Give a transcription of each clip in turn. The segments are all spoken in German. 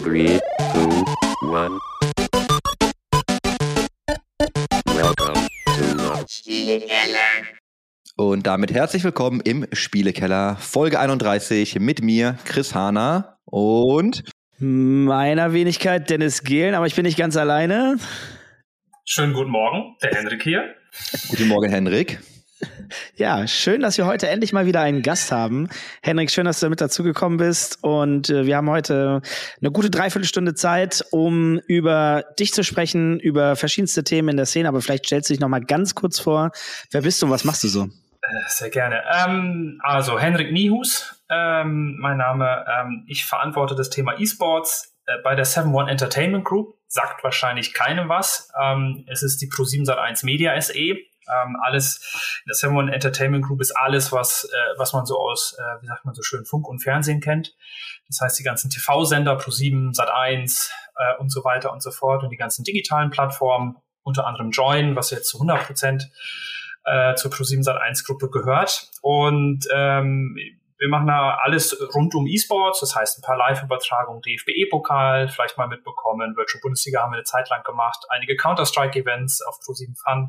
3, 2, 1. Welcome to Spielekeller. Und damit herzlich willkommen im Spielekeller, Folge 31 mit mir, Chris Hahner und meiner Wenigkeit Dennis Gehlen, aber ich bin nicht ganz alleine. Schönen guten Morgen, der Henrik hier. Guten Morgen, Henrik. Ja, schön, dass wir heute endlich mal wieder einen Gast haben. Henrik, schön, dass du mit dazugekommen bist. Und wir haben heute eine gute Dreiviertelstunde Zeit, um über dich zu sprechen, über verschiedenste Themen in der Szene. Aber vielleicht stellst du dich noch mal ganz kurz vor. Wer bist du und was machst du so? Sehr gerne. Also Henrik Niehus, mein Name. Ich verantworte das Thema E-Sports bei der 7-One Entertainment Group. Sagt wahrscheinlich keinem was. Es ist die Pro7 Sat.1 Media SE. Alles in der 7-One Entertainment Group ist alles, was man so aus, wie sagt man so schön, Funk und Fernsehen kennt. Das heißt, die ganzen TV-Sender, Pro7, Sat.1 und so weiter und so fort und die ganzen digitalen Plattformen, unter anderem Join, was jetzt zu 100% zur Pro7 Sat.1 Gruppe gehört. Und wir machen da alles rund um E-Sports, das heißt ein paar Live-Übertragungen, DFB-Pokal, vielleicht mal mitbekommen, Virtual Bundesliga haben wir eine Zeit lang gemacht, einige Counter-Strike-Events auf Pro7 Fun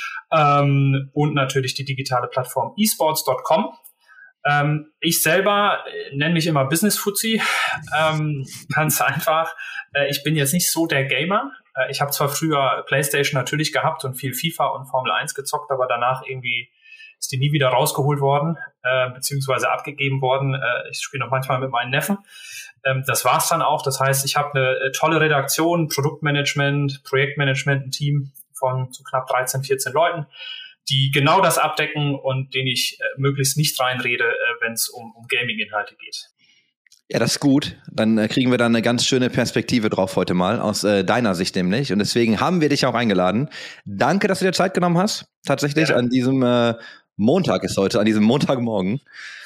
und natürlich die digitale Plattform esports.com. Ich selber nenne mich immer Business-Fuzzi, ganz einfach. Ich bin jetzt nicht so der Gamer. Ich habe zwar früher PlayStation natürlich gehabt und viel FIFA und Formel 1 gezockt, aber danach irgendwie ist die nie wieder rausgeholt worden, beziehungsweise abgegeben worden. Ich spiele noch manchmal mit meinen Neffen. Das war's dann auch. Das heißt, ich habe eine tolle Redaktion, Produktmanagement, Projektmanagement, ein Team von so knapp 13, 14 Leuten, die genau das abdecken und denen ich möglichst nicht reinrede, wenn es um Gaming-Inhalte geht. Ja, das ist gut. Dann kriegen wir da eine ganz schöne Perspektive drauf heute mal, aus deiner Sicht nämlich. Und deswegen haben wir dich auch eingeladen. Danke, dass du dir Zeit genommen hast. Tatsächlich an diesem Montag ist heute, an diesem Montagmorgen.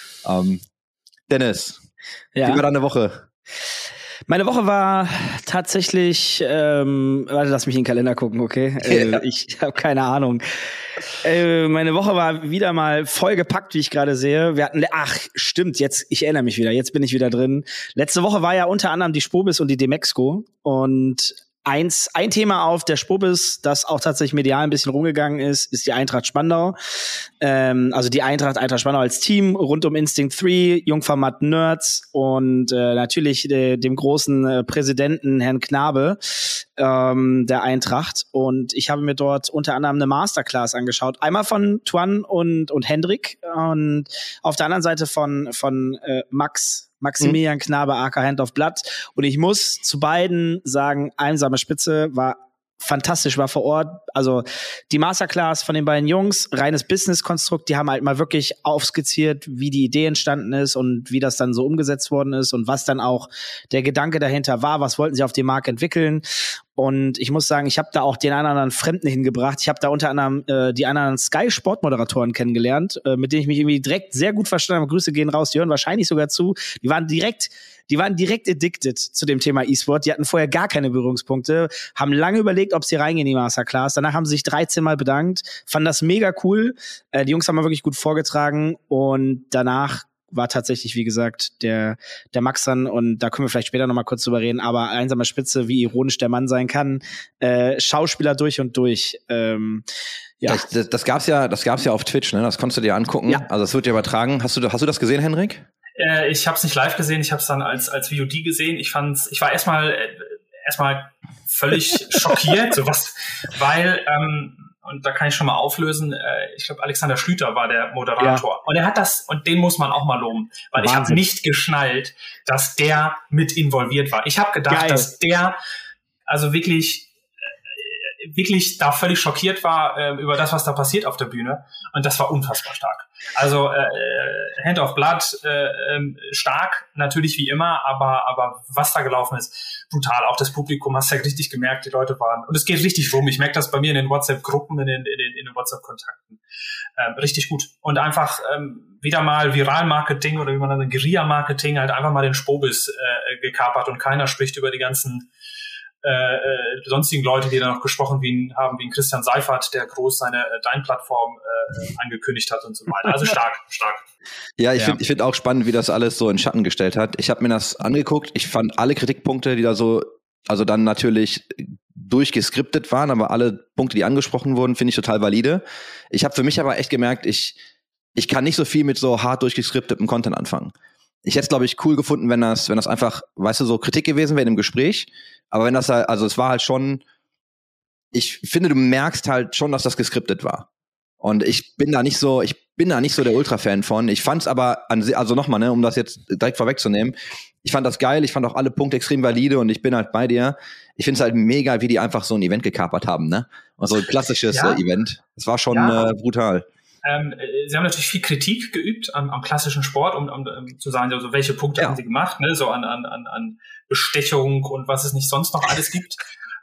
Dennis, wie war deine Woche? Meine Woche war tatsächlich, warte, lass mich in den Kalender gucken, okay? Ich habe keine Ahnung. Meine Woche war wieder mal vollgepackt, wie ich gerade sehe. Wir hatten, stimmt, jetzt, ich erinnere mich wieder, jetzt bin ich wieder drin. Letzte Woche war ja unter anderem die Spobis und die Demexco und ein Thema auf der Spobis, das auch tatsächlich medial ein bisschen rumgegangen ist die Eintracht Spandau. Also die Eintracht Spandau als Team rund um Instinct 3, Jungformat Nerds und natürlich dem großen Präsidenten Herrn Knabe der Eintracht. Und ich habe mir dort unter anderem eine Masterclass angeschaut. Einmal von Tuan und Hendrik und auf der anderen Seite von Maximilian Knabe, aka Hand of Blood. Und ich muss zu beiden sagen, einsame Spitze, war fantastisch, war vor Ort. Also die Masterclass von den beiden Jungs, reines Business-Konstrukt, die haben halt mal wirklich aufskizziert, wie die Idee entstanden ist und wie das dann so umgesetzt worden ist und was dann auch der Gedanke dahinter war, was wollten sie auf dem Markt entwickeln. Und ich muss sagen, ich habe da auch den einen oder anderen Fremden hingebracht. Ich habe da unter anderem die anderen Sky-Sport-Moderatoren kennengelernt, mit denen ich mich irgendwie direkt sehr gut verstanden habe. Grüße gehen raus, die hören wahrscheinlich sogar zu. Die waren direkt addicted zu dem Thema E-Sport. Die hatten vorher gar keine Berührungspunkte, haben lange überlegt, ob sie reingehen in die Masterclass. Danach haben sie sich 13 Mal bedankt, fanden das mega cool. Die Jungs haben mal wirklich gut vorgetragen und danach war tatsächlich, wie gesagt, der Max dann, und da können wir vielleicht später noch mal kurz drüber reden, aber einsame Spitze, wie ironisch der Mann sein kann, Schauspieler durch und durch. Ja. Das gab's ja auf Twitch, ne? Das konntest du dir angucken. Ja. Also es wird ja übertragen. Hast du das gesehen, Henrik? Ich habe es nicht live gesehen, ich habe es dann als VOD gesehen. Ich war erstmal völlig schockiert, weil und da kann ich schon mal auflösen, ich glaube, Alexander Schlüter war der Moderator. Ja. Und er hat das, und den muss man auch mal loben, weil Wahnsinn. Ich habe nicht geschnallt, dass der mit involviert war. Ich habe gedacht, dass der also wirklich da völlig schockiert war über das, was da passiert auf der Bühne. Und das war unfassbar stark. Also Hand of Blood stark, natürlich wie immer, aber was da gelaufen ist, brutal. Auch das Publikum, hast du ja richtig gemerkt, die Leute waren, und es geht richtig rum. Ich merke das bei mir in den WhatsApp-Gruppen, in den WhatsApp-Kontakten. Richtig gut. Und einfach wieder mal Viral-Marketing oder wie man dann Guerilla-Marketing, halt einfach mal den Spobis gekapert und keiner spricht über die ganzen sonstigen Leute, die da noch gesprochen haben, wie Christian Seifert, der groß seine Dein-Plattform angekündigt hat und so weiter. Also stark. Ja, ich finde auch spannend, wie das alles so in Schatten gestellt hat. Ich habe mir das angeguckt. Ich fand alle Kritikpunkte, die da so, also dann natürlich durchgeskriptet waren, aber alle Punkte, die angesprochen wurden, finde ich total valide. Ich habe für mich aber echt gemerkt, ich kann nicht so viel mit so hart durchgeskriptetem Content anfangen. Ich hätte es, glaube ich, cool gefunden, wenn das einfach, weißt du, so Kritik gewesen wäre in dem Gespräch. Aber wenn das halt, also es war halt schon, ich finde, du merkst halt schon, dass das geskriptet war. Und ich bin da nicht so der Ultra-Fan von. Ich fand's aber, also nochmal, ne, um das jetzt direkt vorwegzunehmen, ich fand das geil, ich fand auch alle Punkte extrem valide und ich bin halt bei dir. Ich finde es halt mega, wie die einfach so ein Event gekapert haben, ne? Also ein klassisches Event. Das war schon brutal. Sie haben natürlich viel Kritik geübt am klassischen Sport, um zu sagen, also welche Punkte haben sie gemacht, ne? So an Bestechung und was es nicht sonst noch alles gibt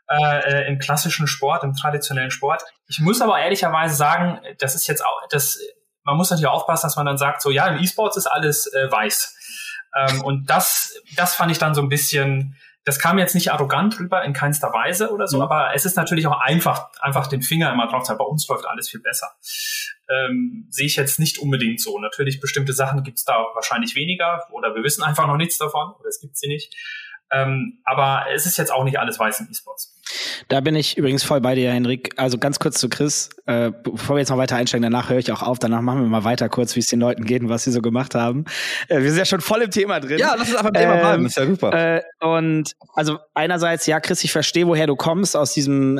im klassischen Sport, im traditionellen Sport. Ich muss aber ehrlicherweise sagen, das ist jetzt auch, man muss natürlich aufpassen, dass man dann sagt, so ja, im E-Sports ist alles weiß. Und das fand ich dann so ein bisschen, das kam jetzt nicht arrogant rüber in keinster Weise oder so, aber es ist natürlich auch einfach den Finger immer drauf zu haben, bei uns läuft alles viel besser. Sehe ich jetzt nicht unbedingt so. Natürlich, bestimmte Sachen gibt es da wahrscheinlich weniger oder wir wissen einfach noch nichts davon oder es gibt sie nicht. Aber es ist jetzt auch nicht alles weiß im E-Sports. Da bin ich übrigens voll bei dir, Henrik. Also ganz kurz zu Chris, bevor wir jetzt noch weiter einsteigen, danach höre ich auch auf, danach machen wir mal weiter kurz, wie es den Leuten geht und was sie so gemacht haben. Wir sind ja schon voll im Thema drin. Ja, lass uns einfach im Thema bleiben, ist ja super. Und also einerseits, ja, Chris, ich verstehe, woher du kommst, aus diesem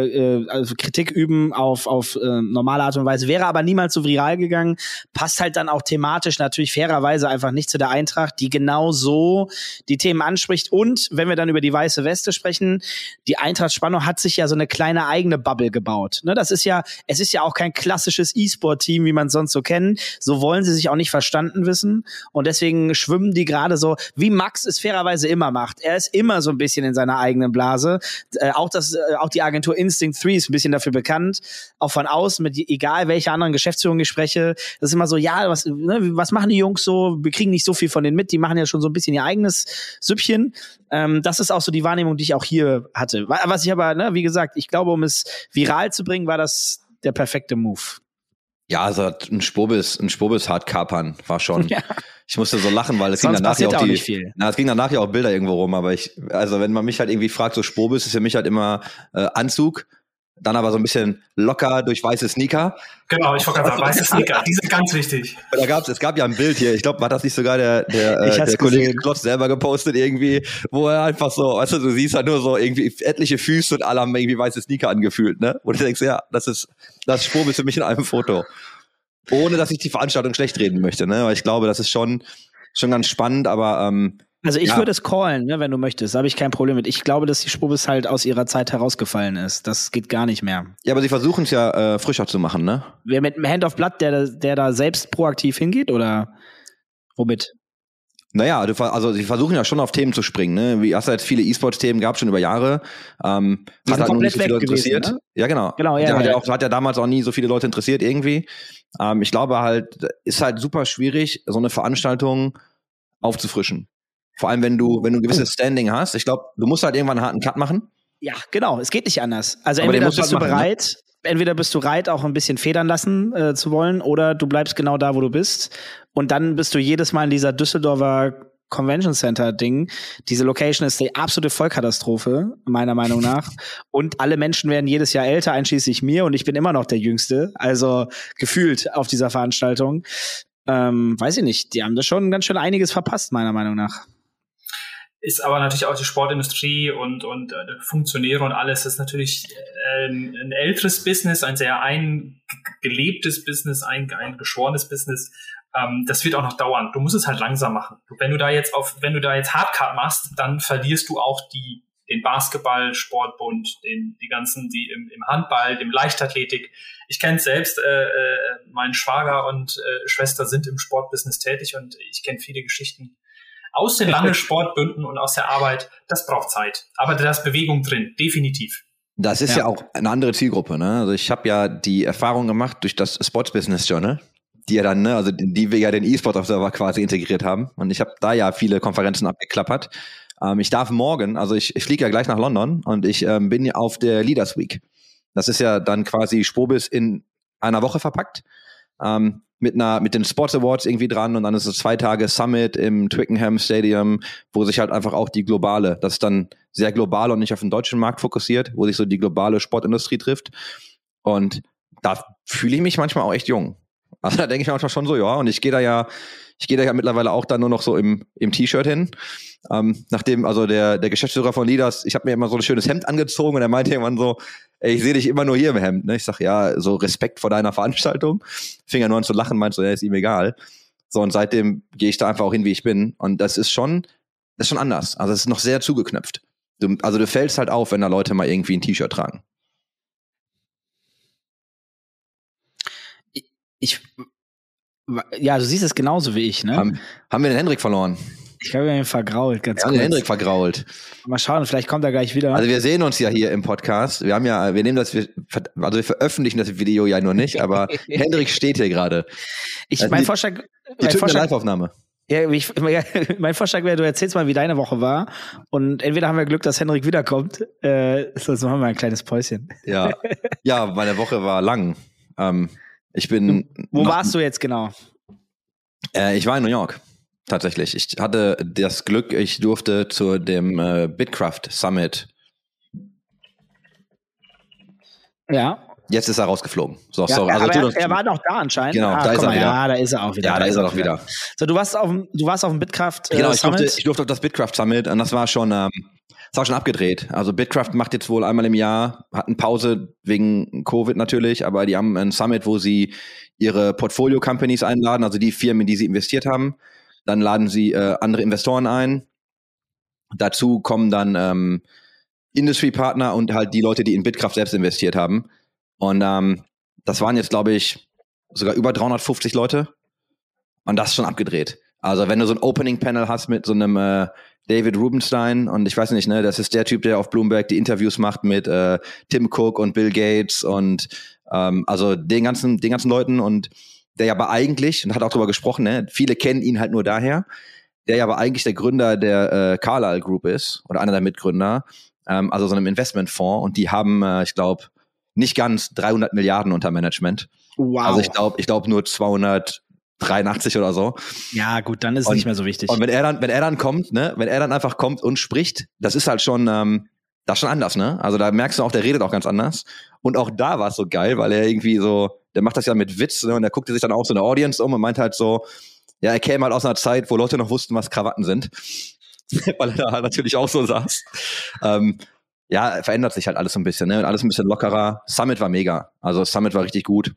also Kritik üben auf normale Art und Weise, wäre aber niemals so viral gegangen, passt halt dann auch thematisch natürlich fairerweise einfach nicht zu der Eintracht, die genau so die Themen anspricht. Und wenn wir dann über die weiße Weste sprechen, die Eintracht Spandau hat sich ja so eine kleine eigene Bubble gebaut. Ne, es ist ja auch kein klassisches E-Sport-Team, wie man es sonst so kennt. So wollen sie sich auch nicht verstanden wissen. Und deswegen schwimmen die gerade so, wie Max es fairerweise immer macht. Er ist immer so ein bisschen in seiner eigenen Blase. Auch die Agentur Instinct 3 ist ein bisschen dafür bekannt. Auch von außen, mit egal welcher anderen Geschäftsführung ich spreche, das ist immer so, ja, was machen die Jungs so? Wir kriegen nicht so viel von denen mit. Die machen ja schon so ein bisschen ihr eigenes Süppchen. Das ist auch so die Wahrnehmung, die ich auch hier hatte. Was ich aber, wie gesagt, ich glaube, um es viral zu bringen, war das der perfekte Move. Ja, also ein Spobis hart kapern war schon. Ja. Ich musste so lachen, weil es ging danach ja auch Bilder irgendwo rum, aber also wenn man mich halt irgendwie fragt, so Spobis ist für mich halt immer Anzug, dann aber so ein bisschen locker durch weiße Sneaker. Genau, ich wollte gerade sagen, weiße Sneaker, die sind ganz wichtig. Es gab ja ein Bild hier, ich glaube, war das nicht sogar der Kollege Klotz selber gepostet irgendwie, wo er einfach so, weißt du siehst halt nur so irgendwie etliche Füße und alle haben irgendwie weiße Sneaker angefühlt, ne? Und du denkst, ja, das Spobis für mich in einem Foto. Ohne, dass ich die Veranstaltung schlecht reden möchte, ne? Weil ich glaube, das ist schon ganz spannend, aber also ich würde es callen, ne, wenn du möchtest. Da habe ich kein Problem mit. Ich glaube, dass die Spobis halt aus ihrer Zeit herausgefallen ist. Das geht gar nicht mehr. Ja, aber sie versuchen es ja frischer zu machen, ne? Wer mit dem Hand of Blood, der da selbst proaktiv hingeht, oder womit? Naja, also sie versuchen ja schon auf Themen zu springen, ne? Wie hast du jetzt viele E-Sports-Themen gehabt, schon über Jahre. Die sind halt komplett so weg interessiert. Gewesen, ne? Ja, genau. Hat ja damals auch nie so viele Leute interessiert irgendwie. Ich glaube halt, ist halt super schwierig, so eine Veranstaltung aufzufrischen. Vor allem, wenn du ein gewisses Standing hast. Ich glaube, du musst halt irgendwann einen harten Cut machen. Ja, genau. Es geht nicht anders. Also entweder bist du bereit, entweder bist du bereit, auch ein bisschen federn lassen zu wollen, oder du bleibst genau da, wo du bist. Und dann bist du jedes Mal in dieser Düsseldorfer Convention Center Ding. Diese Location ist die absolute Vollkatastrophe, meiner Meinung nach. Und alle Menschen werden jedes Jahr älter, einschließlich mir. Und ich bin immer noch der Jüngste. Also gefühlt auf dieser Veranstaltung. Weiß ich nicht. Die haben da schon ganz schön einiges verpasst, meiner Meinung nach. Ist aber natürlich auch die Sportindustrie und Funktionäre und alles, das ist natürlich ein älteres Business, ein sehr eingelebtes Business, ein geschworenes Business. Das wird auch noch dauern. Du musst es halt langsam machen. Wenn du da jetzt Hardcut machst, dann verlierst du auch den Basketball, Sportbund, die ganzen, die im Handball, dem Leichtathletik. Ich kenne es selbst, mein Schwager und Schwester sind im Sportbusiness tätig und ich kenne viele Geschichten aus den Landessportbünden und aus der Arbeit. Das braucht Zeit. Aber da ist Bewegung drin, definitiv. Das ist ja auch eine andere Zielgruppe, ne? Also ich habe ja die Erfahrung gemacht durch das Sports Business Journal, die ja dann, die wir ja den E-Sport Observer quasi integriert haben. Und ich habe da ja viele Konferenzen abgeklappert. Ich darf morgen, also ich fliege ja gleich nach London und ich bin ja auf der Leaders Week. Das ist ja dann quasi Sprobis in einer Woche verpackt. Mit den Sports Awards irgendwie dran und dann ist es 2 Tage Summit im Twickenham Stadium, wo sich halt einfach auch das ist dann sehr global und nicht auf den deutschen Markt fokussiert, wo sich so die globale Sportindustrie trifft. Und da fühle ich mich manchmal auch echt jung. Also da denke ich manchmal schon so, ja, und ich gehe da ja mittlerweile auch dann nur noch so im T-Shirt hin. Nachdem, also der Geschäftsführer von Leaders, ich habe mir immer so ein schönes Hemd angezogen und er meinte irgendwann so, ey, ich sehe dich immer nur hier im Hemd. Ne? Ich sag, ja, so Respekt vor deiner Veranstaltung. Fing er nur an zu lachen, meinte so, ja, ist ihm egal. So, und seitdem gehe ich da einfach auch hin, wie ich bin. Und das ist schon anders. Also es ist noch sehr zugeknöpft. Du fällst halt auf, wenn da Leute mal irgendwie ein T-Shirt tragen. Ja, du siehst es genauso wie ich, ne? Haben wir den Hendrik verloren? Ich habe ihn vergrault, ganz kurz. Wir haben den Hendrik vergrault. Mal schauen, vielleicht kommt er gleich wieder. Also wir sehen uns ja hier im Podcast. Wir veröffentlichen das Video ja nur nicht, aber Hendrik steht hier gerade. Mein Vorschlag, Live-Aufnahme. Ja, mein Vorschlag wäre, du erzählst mal, wie deine Woche war. Und entweder haben wir Glück, dass Hendrik wiederkommt, sonst machen wir ein kleines Päuschen. Ja, meine Woche war lang. Wo warst du jetzt genau? Ich war in New York, tatsächlich. Ich hatte das Glück, ich durfte zu dem Bitcraft Summit. Ja. Jetzt ist er rausgeflogen. So, ja, sorry. Also er war noch da anscheinend. Genau, da ist er wieder. Ja, da ist er auch wieder. Ja, da ist er doch wieder. So, du warst auf dem Bitcraft Summit? Ich durfte auf das Bitcraft Summit und das war schon abgedreht. Also Bitcraft macht jetzt wohl einmal im Jahr, hatten Pause wegen Covid natürlich, aber die haben ein Summit, wo sie ihre Portfolio-Companies einladen, also die Firmen, in die sie investiert haben. Dann laden sie andere Investoren ein. Dazu kommen dann Industry-Partner und halt die Leute, die in Bitcraft selbst investiert haben. Und das waren jetzt, glaube ich, sogar über 350 Leute. Und das ist schon abgedreht. Also wenn du so ein Opening-Panel hast mit so einem David Rubenstein und ich weiß nicht, ne, das ist der Typ, der auf Bloomberg die Interviews macht mit Tim Cook und Bill Gates und also den ganzen Leuten und der ja aber eigentlich, und hat auch drüber gesprochen, ne, viele kennen ihn halt nur daher, der ja aber eigentlich der Gründer der Carlyle Group ist oder einer der Mitgründer, also so einem Investmentfonds und die haben, ich glaube, nicht ganz 300 Milliarden unter Management. Wow. Also ich glaube nur 283 oder so. Ja, gut, dann ist es nicht mehr so wichtig. Und wenn er dann kommt, ne, wenn er dann einfach kommt und spricht, das ist halt schon, das ist schon anders, ne? Also da merkst du auch, der redet auch ganz anders. Und auch da war es so geil, weil er irgendwie so, der macht das ja mit Witz, ne, und er guckte sich dann auch so eine Audience um und meint halt so, ja, er käme halt aus einer Zeit, wo Leute noch wussten, was Krawatten sind. Weil er da halt natürlich auch so saß. Ja, verändert sich halt alles so ein bisschen, ne? Alles ein bisschen lockerer. Summit war mega. Also Summit war richtig gut.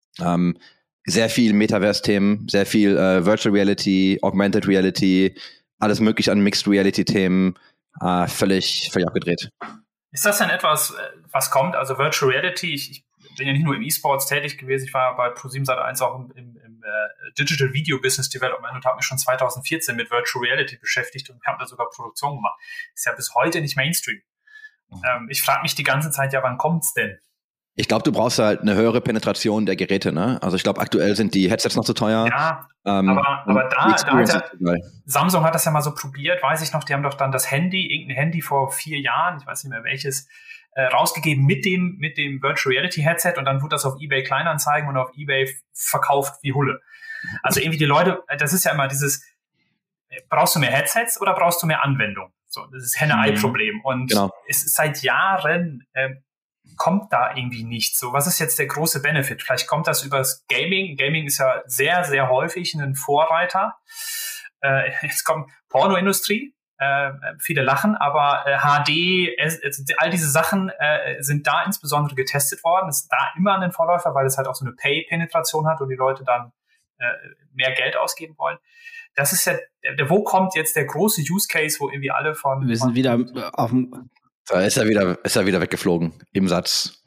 Sehr viel Metaverse-Themen, sehr viel Virtual Reality, Augmented Reality, alles mögliche an Mixed Reality-Themen. Völlig abgedreht. Ist das denn etwas, was kommt? Also Virtual Reality, ich bin ja nicht nur im E-Sports tätig gewesen, ich war bei ProSiebenSat.1 auch im Digital Video Business Development und habe mich schon 2014 mit Virtual Reality beschäftigt und habe da sogar Produktion gemacht. Ist ja bis heute nicht Mainstream. Ich frage mich die ganze Zeit, ja, wann kommt's denn? Ich glaube, du brauchst halt eine höhere Penetration der Geräte, ne? Also ich glaube, aktuell sind die Headsets noch zu teuer. Ja, aber da hat Samsung hat das ja mal so probiert, weiß ich noch, die haben doch dann das irgendein Handy vor 4 Jahren, ich weiß nicht mehr welches, rausgegeben mit dem Virtual Reality Headset und dann wurde das auf eBay Kleinanzeigen und auf eBay verkauft wie Hulle. Also irgendwie die Leute, das ist ja immer dieses, brauchst du mehr Headsets oder brauchst du mehr Anwendung? So, das ist Henne-Ei-Problem. Und es ist seit Jahren kommt da irgendwie nichts. So, was ist jetzt der große Benefit? Vielleicht kommt das übers Gaming. Gaming ist ja sehr, sehr häufig ein Vorreiter. Jetzt kommt Pornoindustrie. Viele lachen, aber HD, all diese Sachen sind da insbesondere getestet worden. Ist da immer ein Vorläufer, weil es halt auch so eine Pay-Penetration hat und die Leute dann mehr Geld ausgeben wollen. Das ist ja, wo kommt jetzt der große Use Case, wo irgendwie alle von... Wir sind wieder auf dem... Da ist er wieder weggeflogen im Satz.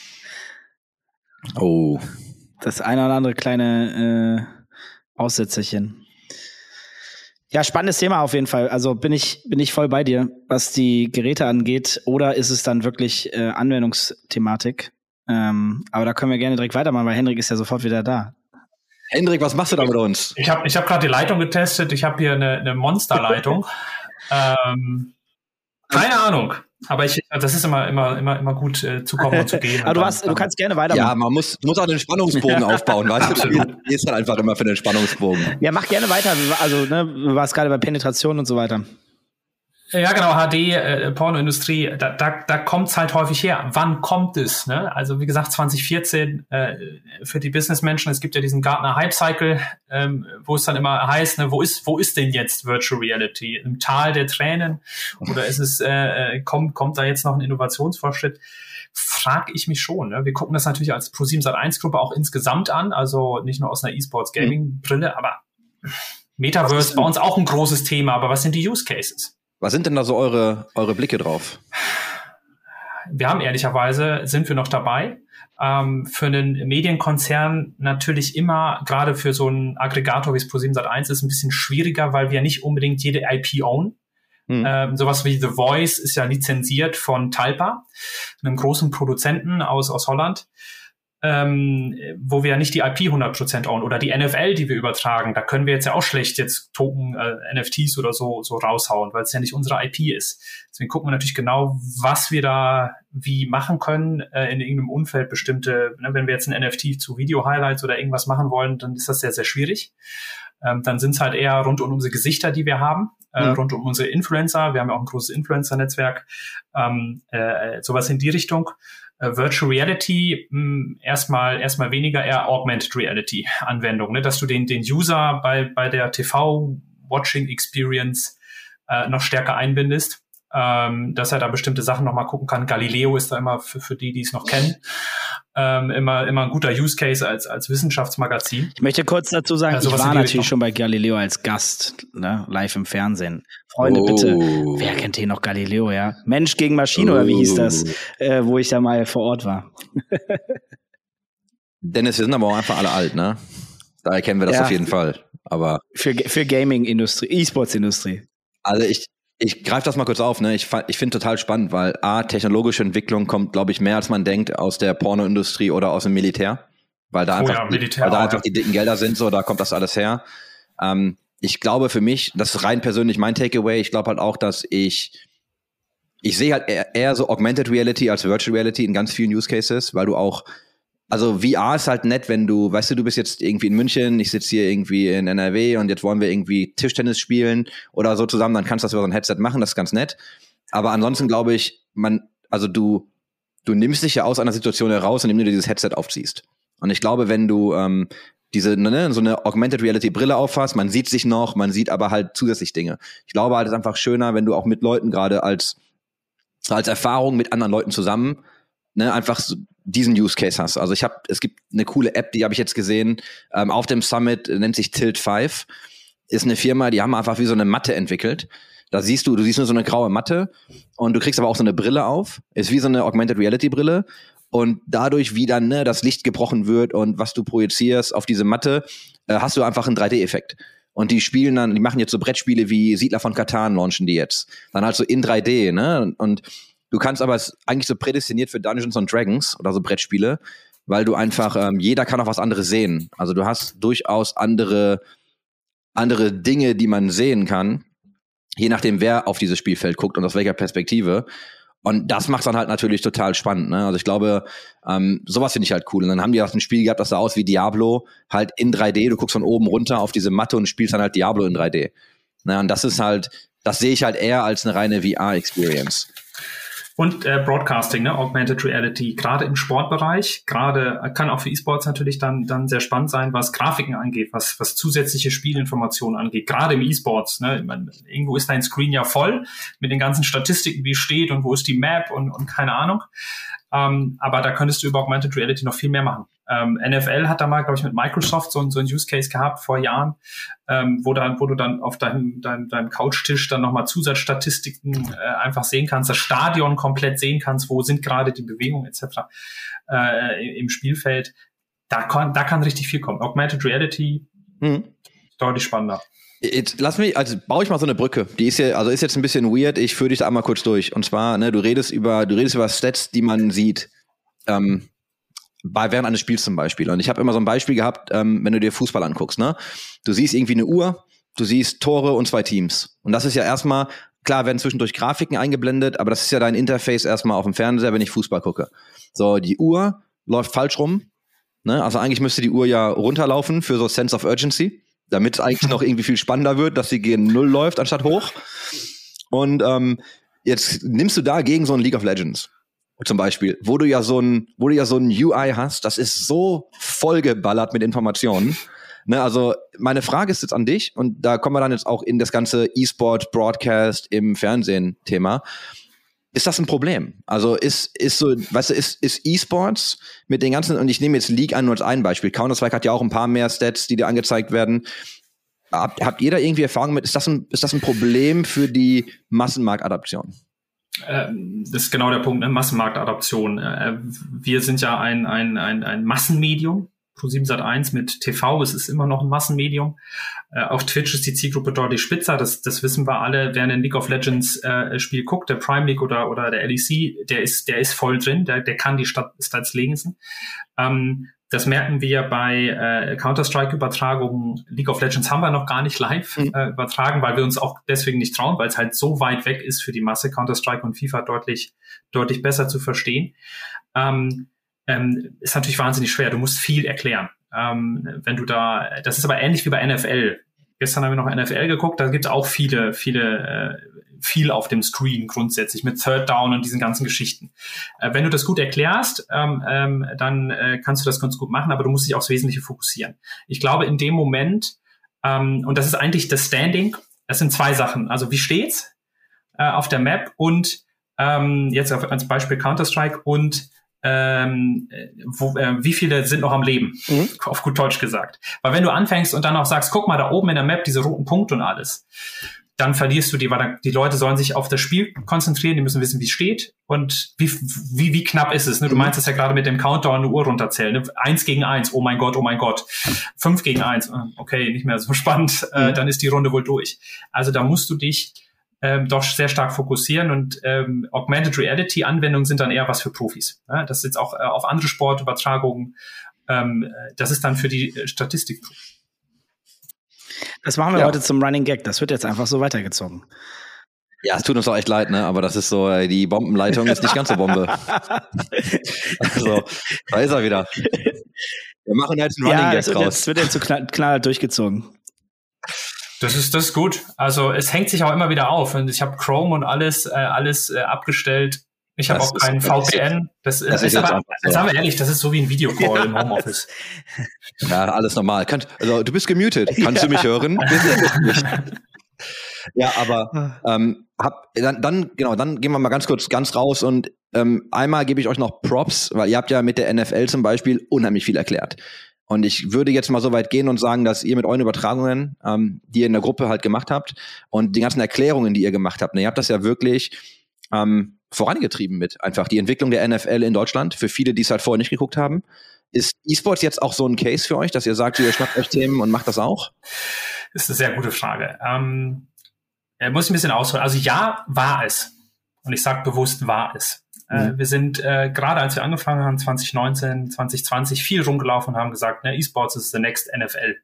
Oh. Das eine oder andere kleine Aussetzerchen. Ja, spannendes Thema auf jeden Fall. Also bin ich voll bei dir, was die Geräte angeht. Oder ist es dann wirklich Anwendungsthematik? Aber da können wir gerne direkt weitermachen, weil Hendrik ist ja sofort wieder da. Hendrik, was machst du da mit uns? Ich hab gerade die Leitung getestet. Ich habe hier eine Monsterleitung. Keine Ahnung. Aber das ist immer gut zu kommen und zu gehen. Aber du kannst gerne weitermachen. Ja, du musst auch den Spannungsbogen aufbauen, weißt du? Du gehst halt einfach immer für den Spannungsbogen. Ja, mach gerne weiter. Also, du warst gerade bei Penetration und so weiter. Ja, genau, HD, Pornoindustrie, da kommt's halt häufig her. Wann kommt es? Ne? Also wie gesagt, 2014 für die Businessmenschen, es gibt ja diesen Gartner Hype Cycle, wo es dann immer heißt, ne, wo ist denn jetzt Virtual Reality? Im Tal der Tränen? Oder ist es kommt da jetzt noch ein Innovationsfortschritt? Frag ich mich schon. Ne? Wir gucken das natürlich als Pro7 Sat.1-Gruppe auch insgesamt an, also nicht nur aus einer E-Sports-Gaming-Brille, aber Metaverse bei uns auch ein großes Thema. Aber was sind die Use Cases? Was sind denn da so eure Blicke drauf? Wir haben sind wir noch dabei. Für einen Medienkonzern natürlich immer, gerade für so einen Aggregator wie es Pro7 Sat.1 ist, ein bisschen schwieriger, weil wir nicht unbedingt jede IP own. Sowas wie The Voice ist ja lizenziert von Talpa, einem großen Produzenten aus Holland. Wo wir ja nicht die IP 100% own oder die NFL, die wir übertragen, da können wir jetzt ja auch schlecht jetzt Token, NFTs oder so raushauen, weil es ja nicht unsere IP ist. Deswegen gucken wir natürlich genau, was wir da wie machen können in irgendeinem Umfeld bestimmte, ne, wenn wir jetzt ein NFT zu Video-Highlights oder irgendwas machen wollen, dann ist das sehr, sehr schwierig. Dann sind es halt eher rund um unsere Gesichter, die wir haben, rund um unsere Influencer. Wir haben ja auch ein großes Influencer-Netzwerk, sowas in die Richtung. Virtual Reality erstmal weniger, eher Augmented Reality Anwendung, ne, dass du den User bei der TV-Watching Experience noch stärker einbindest, dass er da bestimmte Sachen noch mal gucken kann. Galileo ist da immer für die es noch kennen, immer ein guter Use Case als Wissenschaftsmagazin. Ich möchte kurz dazu sagen, ich war natürlich schon bei Galileo als Gast, ne, live im Fernsehen. Freunde, bitte, wer kennt hier noch Galileo, ja? Mensch gegen Maschine, oder wie hieß das, wo ich da mal vor Ort war? Dennis, wir sind aber auch einfach alle alt, ne? Da erkennen wir das auf jeden Fall. Aber für Gaming-Industrie, E-Sports-Industrie. Also ich greife das mal kurz auf, ne? Ich finde total spannend, weil technologische Entwicklung kommt, glaube ich, mehr als man denkt aus der Pornoindustrie oder aus dem Militär, weil da einfach die dicken Gelder sind, so, da kommt das alles her. Ich glaube für mich, das ist rein persönlich mein Takeaway, ich glaube halt auch, dass ich sehe halt eher so Augmented Reality als Virtual Reality in ganz vielen Use Cases, weil du auch, also VR ist halt nett, wenn du, weißt du bist jetzt irgendwie in München, ich sitze hier irgendwie in NRW und jetzt wollen wir irgendwie Tischtennis spielen oder so zusammen, dann kannst du das über so ein Headset machen, das ist ganz nett. Aber ansonsten glaube ich, du nimmst dich ja aus einer Situation heraus, indem du dieses Headset aufziehst. Und ich glaube, wenn du so eine Augmented Reality Brille auffasst, man sieht sich noch, man sieht aber halt zusätzlich Dinge. Ich glaube halt, es ist einfach schöner, wenn du auch mit Leuten gerade als Erfahrung mit anderen Leuten zusammen, ne, einfach so diesen Use Case hast. Also es gibt eine coole App, die habe ich jetzt gesehen, auf dem Summit, nennt sich Tilt5, ist eine Firma, die haben einfach wie so eine Matte entwickelt. Da siehst du siehst nur so eine graue Matte und du kriegst aber auch so eine Brille auf, ist wie so eine Augmented Reality Brille. Und dadurch, wie dann das Licht gebrochen wird und was du projizierst auf diese Matte, hast du einfach einen 3D-Effekt. Und die machen jetzt so Brettspiele wie Siedler von Catan, launchen die jetzt. Dann halt so in 3D, ne? Und du kannst aber, es ist eigentlich so prädestiniert für Dungeons and Dragons oder so Brettspiele, weil du einfach, jeder kann auch was anderes sehen. Also du hast durchaus andere Dinge, die man sehen kann, je nachdem, wer auf dieses Spielfeld guckt und aus welcher Perspektive. Und das macht dann halt natürlich total spannend, ne? Also ich glaube, sowas finde ich halt cool. Und dann haben die auch ein Spiel gehabt, das sah aus wie Diablo, halt in 3D. Du guckst von oben runter auf diese Matte und spielst dann halt Diablo in 3D. Na, und das sehe ich halt eher als eine reine VR-Experience. Und Broadcasting, ne, Augmented Reality, gerade im Sportbereich, kann auch für E-Sports natürlich dann sehr spannend sein, was Grafiken angeht, was zusätzliche Spielinformationen angeht, gerade im E-Sports, ne, ich meine, irgendwo ist dein Screen ja voll mit den ganzen Statistiken, wie steht und wo ist die Map und keine Ahnung. Aber da könntest du über Augmented Reality noch viel mehr machen. NFL hat da mal, glaube ich, mit Microsoft so ein Use Case gehabt vor Jahren, wo du dann auf deinem Couchtisch dann nochmal Zusatzstatistiken einfach sehen kannst, das Stadion komplett sehen kannst, wo sind gerade die Bewegungen etc. Im Spielfeld. Da kann richtig viel kommen. Augmented Reality deutlich spannender. Jetzt baue ich mal so eine Brücke. Die ist jetzt ein bisschen weird. Ich führe dich da einmal kurz durch. Und zwar, ne, du redest über Stats, die man sieht, während eines Spiels zum Beispiel. Und ich habe immer so ein Beispiel gehabt, wenn du dir Fußball anguckst, ne? Du siehst irgendwie eine Uhr, du siehst Tore und 2 Teams. Und das ist ja erstmal klar werden zwischendurch Grafiken eingeblendet, aber das ist ja dein Interface erstmal auf dem Fernseher, wenn ich Fußball gucke. So, die Uhr läuft falsch rum. Ne? Also eigentlich müsste die Uhr ja runterlaufen für so Sense of Urgency, damit es eigentlich noch irgendwie viel spannender wird, dass sie gegen 0 läuft anstatt hoch. Und jetzt nimmst du da gegen so ein League of Legends zum Beispiel, wo du ja so ein UI hast, das ist so vollgeballert mit Informationen. Ne, also meine Frage ist jetzt an dich, und da kommen wir dann jetzt auch in das ganze E-Sport, Broadcast im Fernsehen-Thema. Ist das ein Problem? Also ist so, weißt du, ist E-Sports mit den ganzen, und ich nehme jetzt League an nur als ein Beispiel. Counter-Strike hat ja auch ein paar mehr Stats, die dir angezeigt werden. Habt ihr da irgendwie Erfahrung mit? Ist das ein Problem für die Massenmarktadaption? Das ist genau der Punkt, ne? Massenmarktadaption. Wir sind ja ein Massenmedium. Pro7 Sat.1 mit TV, es ist immer noch ein Massenmedium. Auf Twitch ist die Zielgruppe deutlich spitzer, das wissen wir alle. Wer ein League of Legends Spiel guckt, der Prime League oder der LEC, der ist voll drin, der kann die Stats lesen. Das merken wir bei Counter-Strike-Übertragungen. League of Legends haben wir noch gar nicht live übertragen, weil wir uns auch deswegen nicht trauen, weil es halt so weit weg ist für die Masse, Counter-Strike und FIFA deutlich besser zu verstehen. Ist natürlich wahnsinnig schwer. Du musst viel erklären. Wenn du das ist aber ähnlich wie bei NFL. Gestern haben wir noch NFL geguckt, da gibt es auch viel auf dem Screen grundsätzlich mit Third Down und diesen ganzen Geschichten. Wenn du das gut erklärst, dann kannst du das ganz gut machen, aber du musst dich aufs Wesentliche fokussieren. Ich glaube, in dem Moment, und das ist eigentlich das Standing, das sind 2 Sachen. Also wie steht's auf der Map und jetzt als Beispiel Counter-Strike und wie viele sind noch am Leben, auf gut Deutsch gesagt. Weil wenn du anfängst und dann auch sagst, guck mal da oben in der Map, diese roten Punkte und alles, dann verlierst du die, weil die Leute sollen sich auf das Spiel konzentrieren, die müssen wissen, wie es steht und wie knapp ist es. Ne? Du meinst das ja gerade mit dem Countdown, eine Uhr runterzählen. Ne? 1 gegen 1, oh mein Gott. 5 gegen 1, okay, nicht mehr so spannend, dann ist die Runde wohl durch. Also da musst du dich doch sehr stark fokussieren und Augmented Reality Anwendungen sind dann eher was für Profis. Ja? Das ist jetzt auch auf andere Sportübertragungen, das ist dann für die Statistik. Das machen wir heute zum Running Gag, das wird jetzt einfach so weitergezogen. Ja, es tut uns auch echt leid, ne? Aber das ist so, die Bombenleitung ist nicht ganz so Bombe. Also, da ist er wieder. Wir machen jetzt einen Running Gag draus. Das wird jetzt so knallhart durchgezogen. Das ist gut. Also es hängt sich auch immer wieder auf. Und ich habe Chrome und alles abgestellt. Ich habe auch keinen VPN. Das ist aber, sagen wir ehrlich, das ist so wie ein Videocall im Homeoffice. Ja, alles normal. Also du bist gemutet. Kannst du mich hören? Ja, aber dann gehen wir mal ganz kurz raus und einmal gebe ich euch noch Props, weil ihr habt ja mit der NFL zum Beispiel unheimlich viel erklärt. Und ich würde jetzt mal so weit gehen und sagen, dass ihr mit euren Übertragungen, die ihr in der Gruppe halt gemacht habt und die ganzen Erklärungen, die ihr gemacht habt, ihr habt das ja wirklich vorangetrieben mit einfach die Entwicklung der NFL in Deutschland, für viele, die es halt vorher nicht geguckt haben. Ist E-Sports jetzt auch so ein Case für euch, dass ihr sagt, ihr schnappt euch Themen und macht das auch? Das ist eine sehr gute Frage. Muss ich ein bisschen ausholen. Also ja, war es. Und ich sage bewusst, war es. Wir sind gerade als wir angefangen haben, 2019, 2020, viel rumgelaufen und haben gesagt, E-Sports ist the next NFL.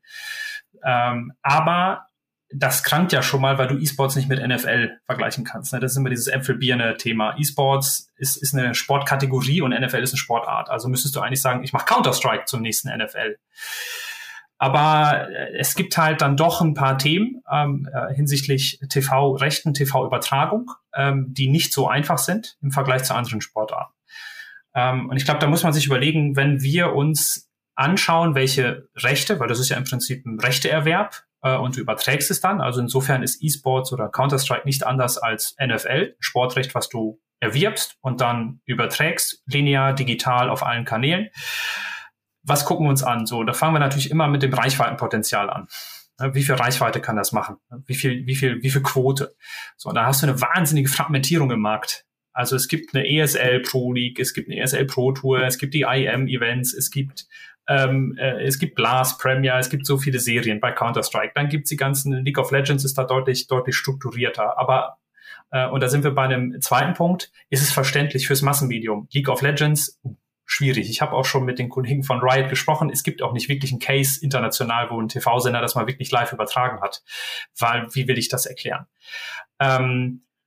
Aber das krankt ja schon mal, weil du E-Sports nicht mit NFL vergleichen kannst. Das ist immer dieses Äpfel-Birne-Thema. E-Sports ist eine Sportkategorie und NFL ist eine Sportart. Also müsstest du eigentlich sagen, ich mache Counter-Strike zum nächsten NFL. Aber es gibt halt dann doch ein paar Themen hinsichtlich TV-Rechten, TV-Übertragung, die nicht so einfach sind im Vergleich zu anderen Sportarten. Und ich glaube, da muss man sich überlegen, wenn wir uns anschauen, welche Rechte, weil das ist ja im Prinzip ein Rechteerwerb und du überträgst es dann. Also insofern ist E-Sports oder Counter-Strike nicht anders als NFL, Sportrecht, was du erwirbst und dann überträgst, linear, digital auf allen Kanälen. Was gucken wir uns an? So, da fangen wir natürlich immer mit dem Reichweitenpotenzial an. Wie viel Reichweite kann das machen? Wie viel Quote? So, und da hast du eine wahnsinnige Fragmentierung im Markt. Also es gibt eine ESL Pro League, es gibt eine ESL Pro Tour, es gibt die IM Events, es gibt Blast Premier, es gibt so viele Serien bei Counter-Strike. Dann gibt's die ganzen, League of Legends ist da deutlich strukturierter. Aber und da sind wir bei einem zweiten Punkt, ist es verständlich fürs Massenmedium. League of Legends, schwierig. Ich habe auch schon mit den Kollegen von Riot gesprochen. Es gibt auch nicht wirklich einen Case international, wo ein TV-Sender das mal wirklich live übertragen hat. Weil, wie will ich das erklären?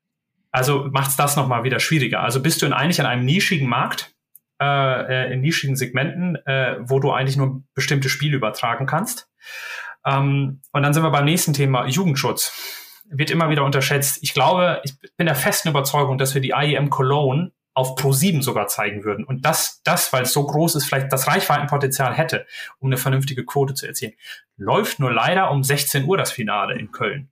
Also macht's das nochmal wieder schwieriger. Also bist du eigentlich in einem nischigen Markt, in nischigen Segmenten, wo du eigentlich nur bestimmte Spiele übertragen kannst. Und dann sind wir beim nächsten Thema, Jugendschutz. Wird immer wieder unterschätzt. Ich glaube, ich bin der festen Überzeugung, dass wir die IEM Cologne auf Pro7 sogar zeigen würden. Und das, weil es so groß ist, vielleicht das Reichweitenpotenzial hätte, um eine vernünftige Quote zu erzielen. Läuft nur leider um 16 Uhr das Finale in Köln.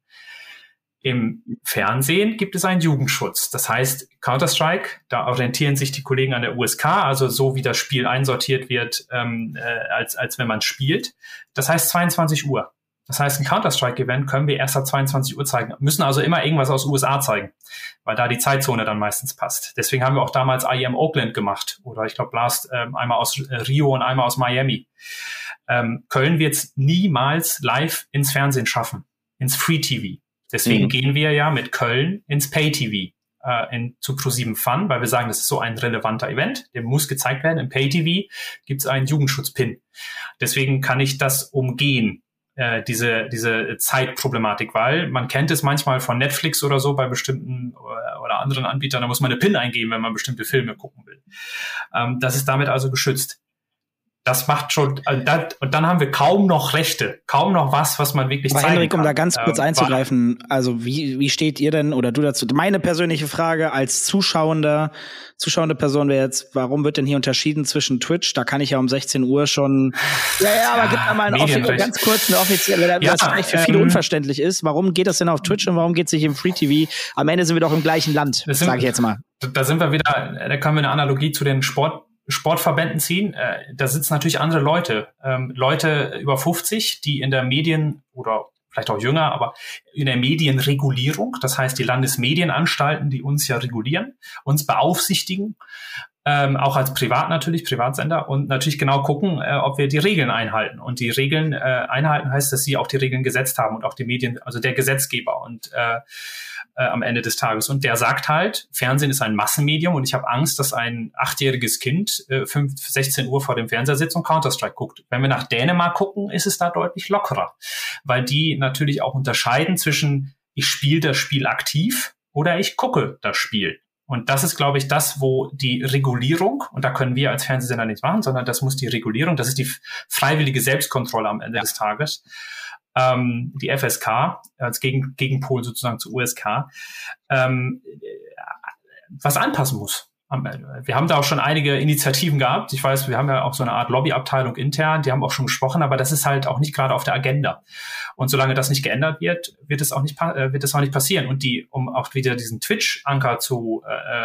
Im Fernsehen gibt es einen Jugendschutz. Das heißt, Counter-Strike, da orientieren sich die Kollegen an der USK, also so wie das Spiel einsortiert wird, als wenn man spielt. Das heißt 22 Uhr. Das heißt, ein Counter-Strike-Event können wir erst ab 22 Uhr zeigen. Müssen also immer irgendwas aus USA zeigen, weil da die Zeitzone dann meistens passt. Deswegen haben wir auch damals IEM Oakland gemacht oder ich glaube Blast einmal aus Rio und einmal aus Miami. Köln wird es niemals live ins Fernsehen schaffen, ins Free-TV. Deswegen gehen wir ja mit Köln ins Pay-TV, zu Pro7 Fun, weil wir sagen, das ist so ein relevanter Event, der muss gezeigt werden. Im Pay-TV gibt es einen Jugendschutz-Pin. Deswegen kann ich das umgehen, diese Zeitproblematik, weil man kennt es manchmal von Netflix oder so bei bestimmten oder anderen Anbietern, da muss man eine PIN eingeben, wenn man bestimmte Filme gucken will. Das ist damit also geschützt. Das macht schon, und dann haben wir kaum noch Rechte, kaum noch was man wirklich zeigen Henrik, kann. um da ganz kurz einzugreifen, also wie steht ihr denn oder du dazu? Meine persönliche Frage als zuschauende Person wäre jetzt, warum wird denn hier unterschieden zwischen Twitch? Da kann ich ja um 16 Uhr schon, aber gib mir mal ganz kurz eine offizielle, weil das vielleicht für viele unverständlich ist. Warum geht das denn auf Twitch und warum geht es nicht im Free TV? Am Ende sind wir doch im gleichen Land, sage ich jetzt mal. Da sind wir wieder, da können wir eine Analogie zu den Sportverbänden ziehen, da sitzen natürlich andere Leute, Leute über 50, die in der Medien oder vielleicht auch jünger, aber in der Medienregulierung, das heißt die Landesmedienanstalten, die uns ja regulieren, uns beaufsichtigen, auch als Privatsender und natürlich genau gucken, ob wir die Regeln einhalten. Und die Regeln einhalten heißt, dass sie auch die Regeln gesetzt haben und auch die Medien, also der Gesetzgeber und am Ende des Tages. Und der sagt halt, Fernsehen ist ein Massenmedium und ich habe Angst, dass ein 8-jähriges Kind 16 Uhr vor dem Fernseher sitzt und Counter-Strike guckt. Wenn wir nach Dänemark gucken, ist es da deutlich lockerer, weil die natürlich auch unterscheiden zwischen ich spiele das Spiel aktiv oder ich gucke das Spiel. Und das ist, glaube ich, das, wo die Regulierung, und da können wir als Fernsehsender nichts machen, sondern das muss die Regulierung, das ist die freiwillige Selbstkontrolle am Ende des Tages, die FSK als Gegenpol sozusagen zur USK, was anpassen muss. Wir haben da auch schon einige Initiativen gehabt. Ich weiß, wir haben ja auch so eine Art Lobbyabteilung intern, die haben auch schon gesprochen, aber das ist halt auch nicht gerade auf der Agenda. Und solange das nicht geändert wird, wird es auch nicht passieren. Und um auch wieder diesen Twitch-Anker zu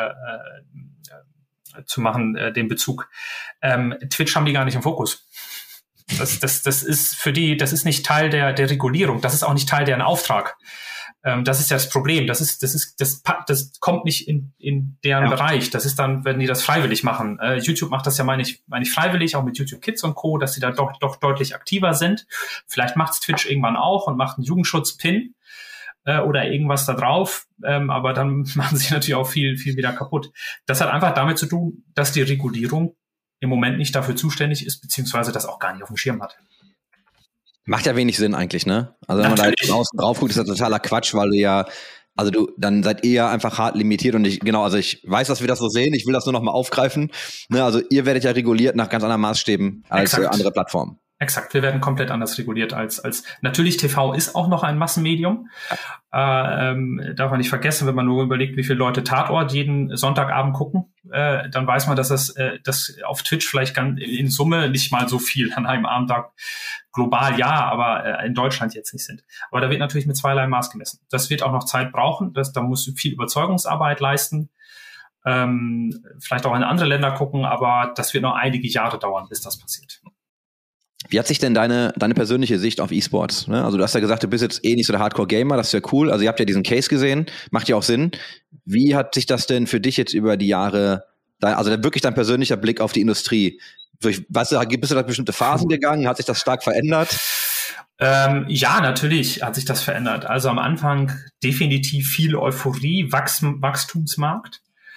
machen, den Bezug. Twitch haben die gar nicht im Fokus. Das ist für die, das ist nicht Teil der Regulierung, das ist auch nicht Teil deren Auftrag. Das ist ja das Problem. Das kommt nicht in deren Bereich. Das ist dann, wenn die das freiwillig machen. YouTube macht das ja, meine ich freiwillig, auch mit YouTube Kids und Co., dass sie da doch deutlich aktiver sind. Vielleicht macht's Twitch irgendwann auch und macht einen Jugendschutz-Pin oder irgendwas da drauf. Aber dann machen sie natürlich auch viel, viel wieder kaputt. Das hat einfach damit zu tun, dass die Regulierung im Moment nicht dafür zuständig ist, beziehungsweise das auch gar nicht auf dem Schirm hat. Macht ja wenig Sinn eigentlich, ne? Also wenn man da jetzt außen drauf guckt, ist das totaler Quatsch, weil dann seid ihr ja einfach hart limitiert und ich weiß, dass wir das so sehen, ich will das nur noch mal aufgreifen, ne? Also ihr werdet ja reguliert nach ganz anderen Maßstäben als andere Plattformen. Exakt, wir werden komplett anders reguliert als natürlich TV ist auch noch ein Massenmedium. Darf man nicht vergessen, wenn man nur überlegt, wie viele Leute Tatort jeden Sonntagabend gucken, dann weiß man, dass das auf Twitch vielleicht in Summe nicht mal so viel an einem Abendtag global aber in Deutschland jetzt nicht sind. Aber da wird natürlich mit zweierlei Maß gemessen. Das wird auch noch Zeit brauchen, da muss viel Überzeugungsarbeit leisten. Vielleicht auch in andere Länder gucken, aber das wird noch einige Jahre dauern, bis das passiert. Wie hat sich denn deine persönliche Sicht auf E-Sports, ne? Also du hast ja gesagt, du bist jetzt nicht so der Hardcore-Gamer, das ist ja cool. Also ihr habt ja diesen Case gesehen, macht ja auch Sinn. Wie hat sich das denn für dich jetzt über die Jahre, wirklich dein persönlicher Blick auf die Industrie? Bist du da bestimmte Phasen gegangen? Hat sich das stark verändert? Ja, natürlich hat sich das verändert. Also am Anfang definitiv viel Euphorie, Wachstumsmarkt.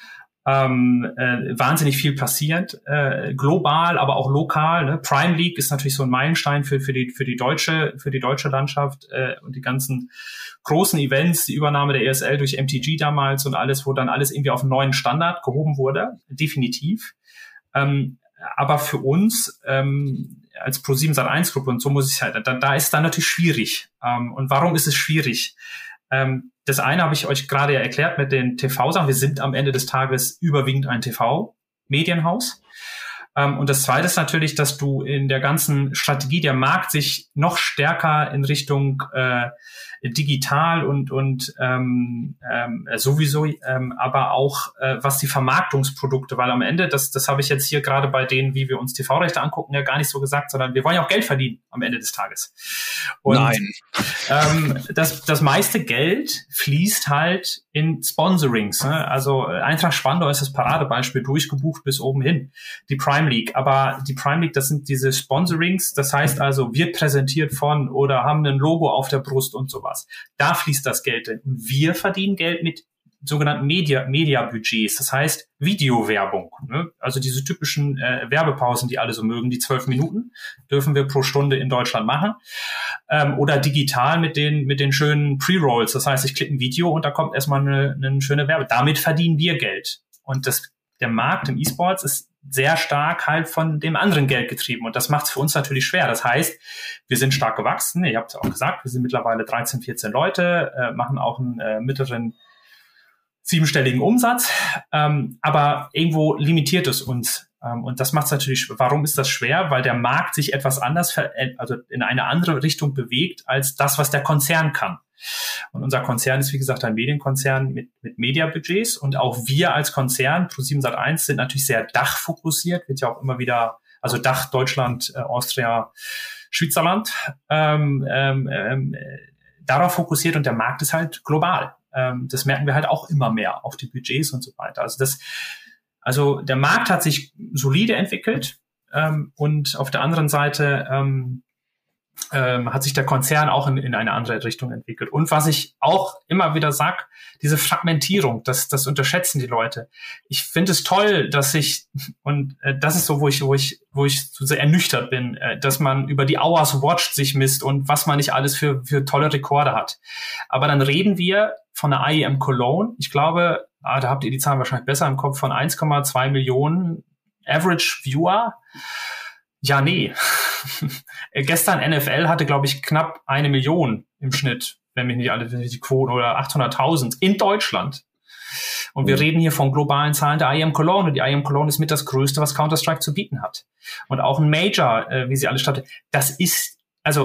wahnsinnig viel passiert, global, aber auch lokal. Ne? Prime League ist natürlich so ein Meilenstein für die deutsche Landschaft und die ganzen großen Events, die Übernahme der ESL durch MTG damals und alles, wo dann alles irgendwie auf einen neuen Standard gehoben wurde, definitiv. Aber für uns als Pro7 Sat.1-Gruppe, und so muss ich halt, da ist dann natürlich schwierig. Und warum ist es schwierig? Das eine habe ich euch gerade ja erklärt mit den TV-Sachen. Wir sind am Ende des Tages überwiegend ein TV-Medienhaus. Und das zweite ist natürlich, dass du in der ganzen Strategie der Markt sich noch stärker in Richtung digital und sowieso, aber auch was die Vermarktungsprodukte, weil am Ende, das habe ich jetzt hier gerade bei denen, wie wir uns TV-Rechte angucken, ja gar nicht so gesagt, sondern wir wollen ja auch Geld verdienen am Ende des Tages. Und Nein. Das meiste Geld fließt halt in Sponsorings. Ne? Also Eintracht Spandau ist das Paradebeispiel, durchgebucht bis oben hin. Die Prime League. Aber die Prime League, das sind diese Sponsorings, das heißt also, wird präsentiert von oder haben ein Logo auf der Brust und sowas. Da fließt das Geld hin. Und wir verdienen Geld mit sogenannten Media-Budgets, das heißt Videowerbung. Ne? Also diese typischen Werbepausen, die alle so mögen, die 12 Minuten, dürfen wir pro Stunde in Deutschland machen. Oder digital mit den schönen Pre-Rolls. Das heißt, ich klicke ein Video und da kommt erstmal eine schöne Werbe. Damit verdienen wir Geld. Und der Markt im E-Sports ist sehr stark halt von dem anderen Geld getrieben. Und das macht es für uns natürlich schwer. Das heißt, wir sind stark gewachsen. Ihr habt es auch gesagt, wir sind mittlerweile 13, 14 Leute, machen auch einen mittleren 7-stelligen Umsatz. Aber irgendwo limitiert es uns. Und das macht es natürlich, warum ist das schwer? Weil der Markt sich etwas anders, also in eine andere Richtung bewegt, als das, was der Konzern kann. Und unser Konzern ist, wie gesagt, ein Medienkonzern mit Mediabudgets. Und auch wir als Konzern, Pro7 Sat.1, sind natürlich sehr dachfokussiert. Wird ja auch immer wieder, also Dach, Deutschland, Austria, Schweizerland, darauf fokussiert. Und der Markt ist halt global. Das merken wir halt auch immer mehr, auch die Budgets und so weiter. Also der Markt hat sich solide entwickelt und auf der anderen Seite hat sich der Konzern auch in eine andere Richtung entwickelt. Und was ich auch immer wieder sage, diese Fragmentierung, das unterschätzen die Leute. Ich finde es toll, dass und das ist so, wo ich so sehr ernüchtert bin, dass man über die Hours watched sich misst und was man nicht alles für tolle Rekorde hat. Aber dann reden wir von der IEM Cologne. Ich glaube, da habt ihr die Zahlen wahrscheinlich besser im Kopf, von 1,2 Millionen Average Viewer. Ja, nee. Gestern NFL hatte, glaube ich, knapp 1 Million im Schnitt, wenn mich nicht alle die Quoten, oder 800.000 in Deutschland. Und wir reden hier von globalen Zahlen der IEM Cologne. Und die IEM Cologne ist mit das Größte, was Counter-Strike zu bieten hat. Und auch ein Major, wie sie alle stattfinden. Das ist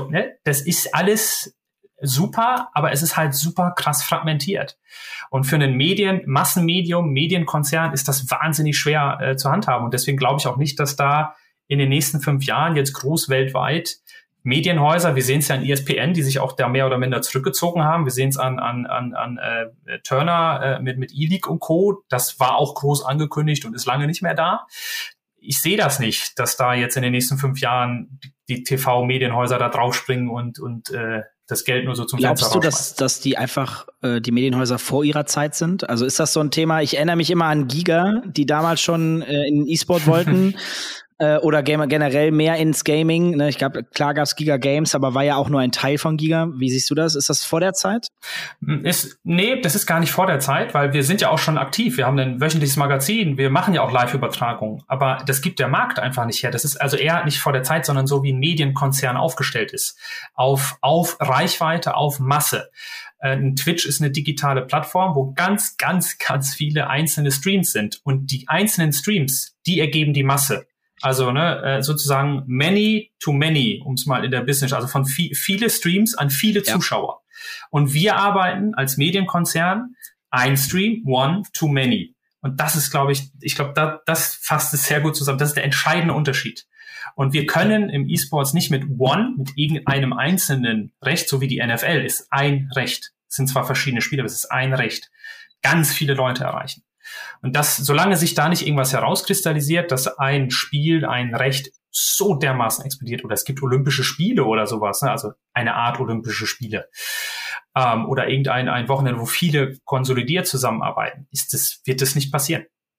alles super, aber es ist halt super krass fragmentiert. Und für einen Massenmedium, Medienkonzern ist das wahnsinnig schwer zu handhaben. Und deswegen glaube ich auch nicht, dass da in den nächsten 5 Jahren jetzt groß weltweit Medienhäuser, wir sehen es ja an ESPN, die sich auch da mehr oder minder zurückgezogen haben. Wir sehen es an Turner mit E-League und Co. Das war auch groß angekündigt und ist lange nicht mehr da. Ich sehe das nicht, dass da jetzt in den nächsten 5 Jahren die TV-Medienhäuser da draufspringen und das Geld nur so zum Fenster rausschmeißen. Glaubst du, dass die einfach die Medienhäuser vor ihrer Zeit sind? Also ist das so ein Thema? Ich erinnere mich immer an Giga, die damals schon in E-Sport wollten. Oder generell mehr ins Gaming. Ne? Ich glaube, klar gab es Giga Games, aber war ja auch nur ein Teil von Giga. Wie siehst du das? Ist das vor der Zeit? Nee, das ist gar nicht vor der Zeit, weil wir sind ja auch schon aktiv. Wir haben ein wöchentliches Magazin, wir machen ja auch Live-Übertragungen. Aber das gibt der Markt einfach nicht her. Das ist also eher nicht vor der Zeit, sondern so, wie ein Medienkonzern aufgestellt ist. Auf Reichweite, auf Masse. Twitch ist eine digitale Plattform, wo ganz, ganz, ganz viele einzelne Streams sind. Und die einzelnen Streams, die ergeben die Masse. Also sozusagen many to many, um es mal in der Business, also von viele Streams an viele Zuschauer. Und wir arbeiten als Medienkonzern ein Stream, one to many. Und das ist, glaube ich, das fasst es sehr gut zusammen. Das ist der entscheidende Unterschied. Und wir können im E-Sports nicht mit irgendeinem einzelnen Recht, so wie die NFL ist, ein Recht. Es sind zwar verschiedene Spiele, aber es ist ein Recht. Ganz viele Leute erreichen. Und solange sich da nicht irgendwas herauskristallisiert, dass ein Spiel, ein Recht so dermaßen explodiert, oder es gibt Olympische Spiele oder sowas, ne? Also eine Art Olympische Spiele, oder ein Wochenende, wo viele konsolidiert zusammenarbeiten, wird das nicht passieren.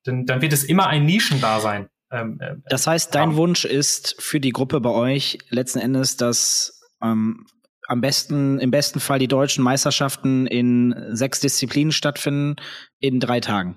dann wird es immer ein Nischendasein. Das heißt, dein Wunsch ist für die Gruppe bei euch letzten Endes, dass im besten Fall die deutschen Meisterschaften in 6 Disziplinen stattfinden in 3 Tagen.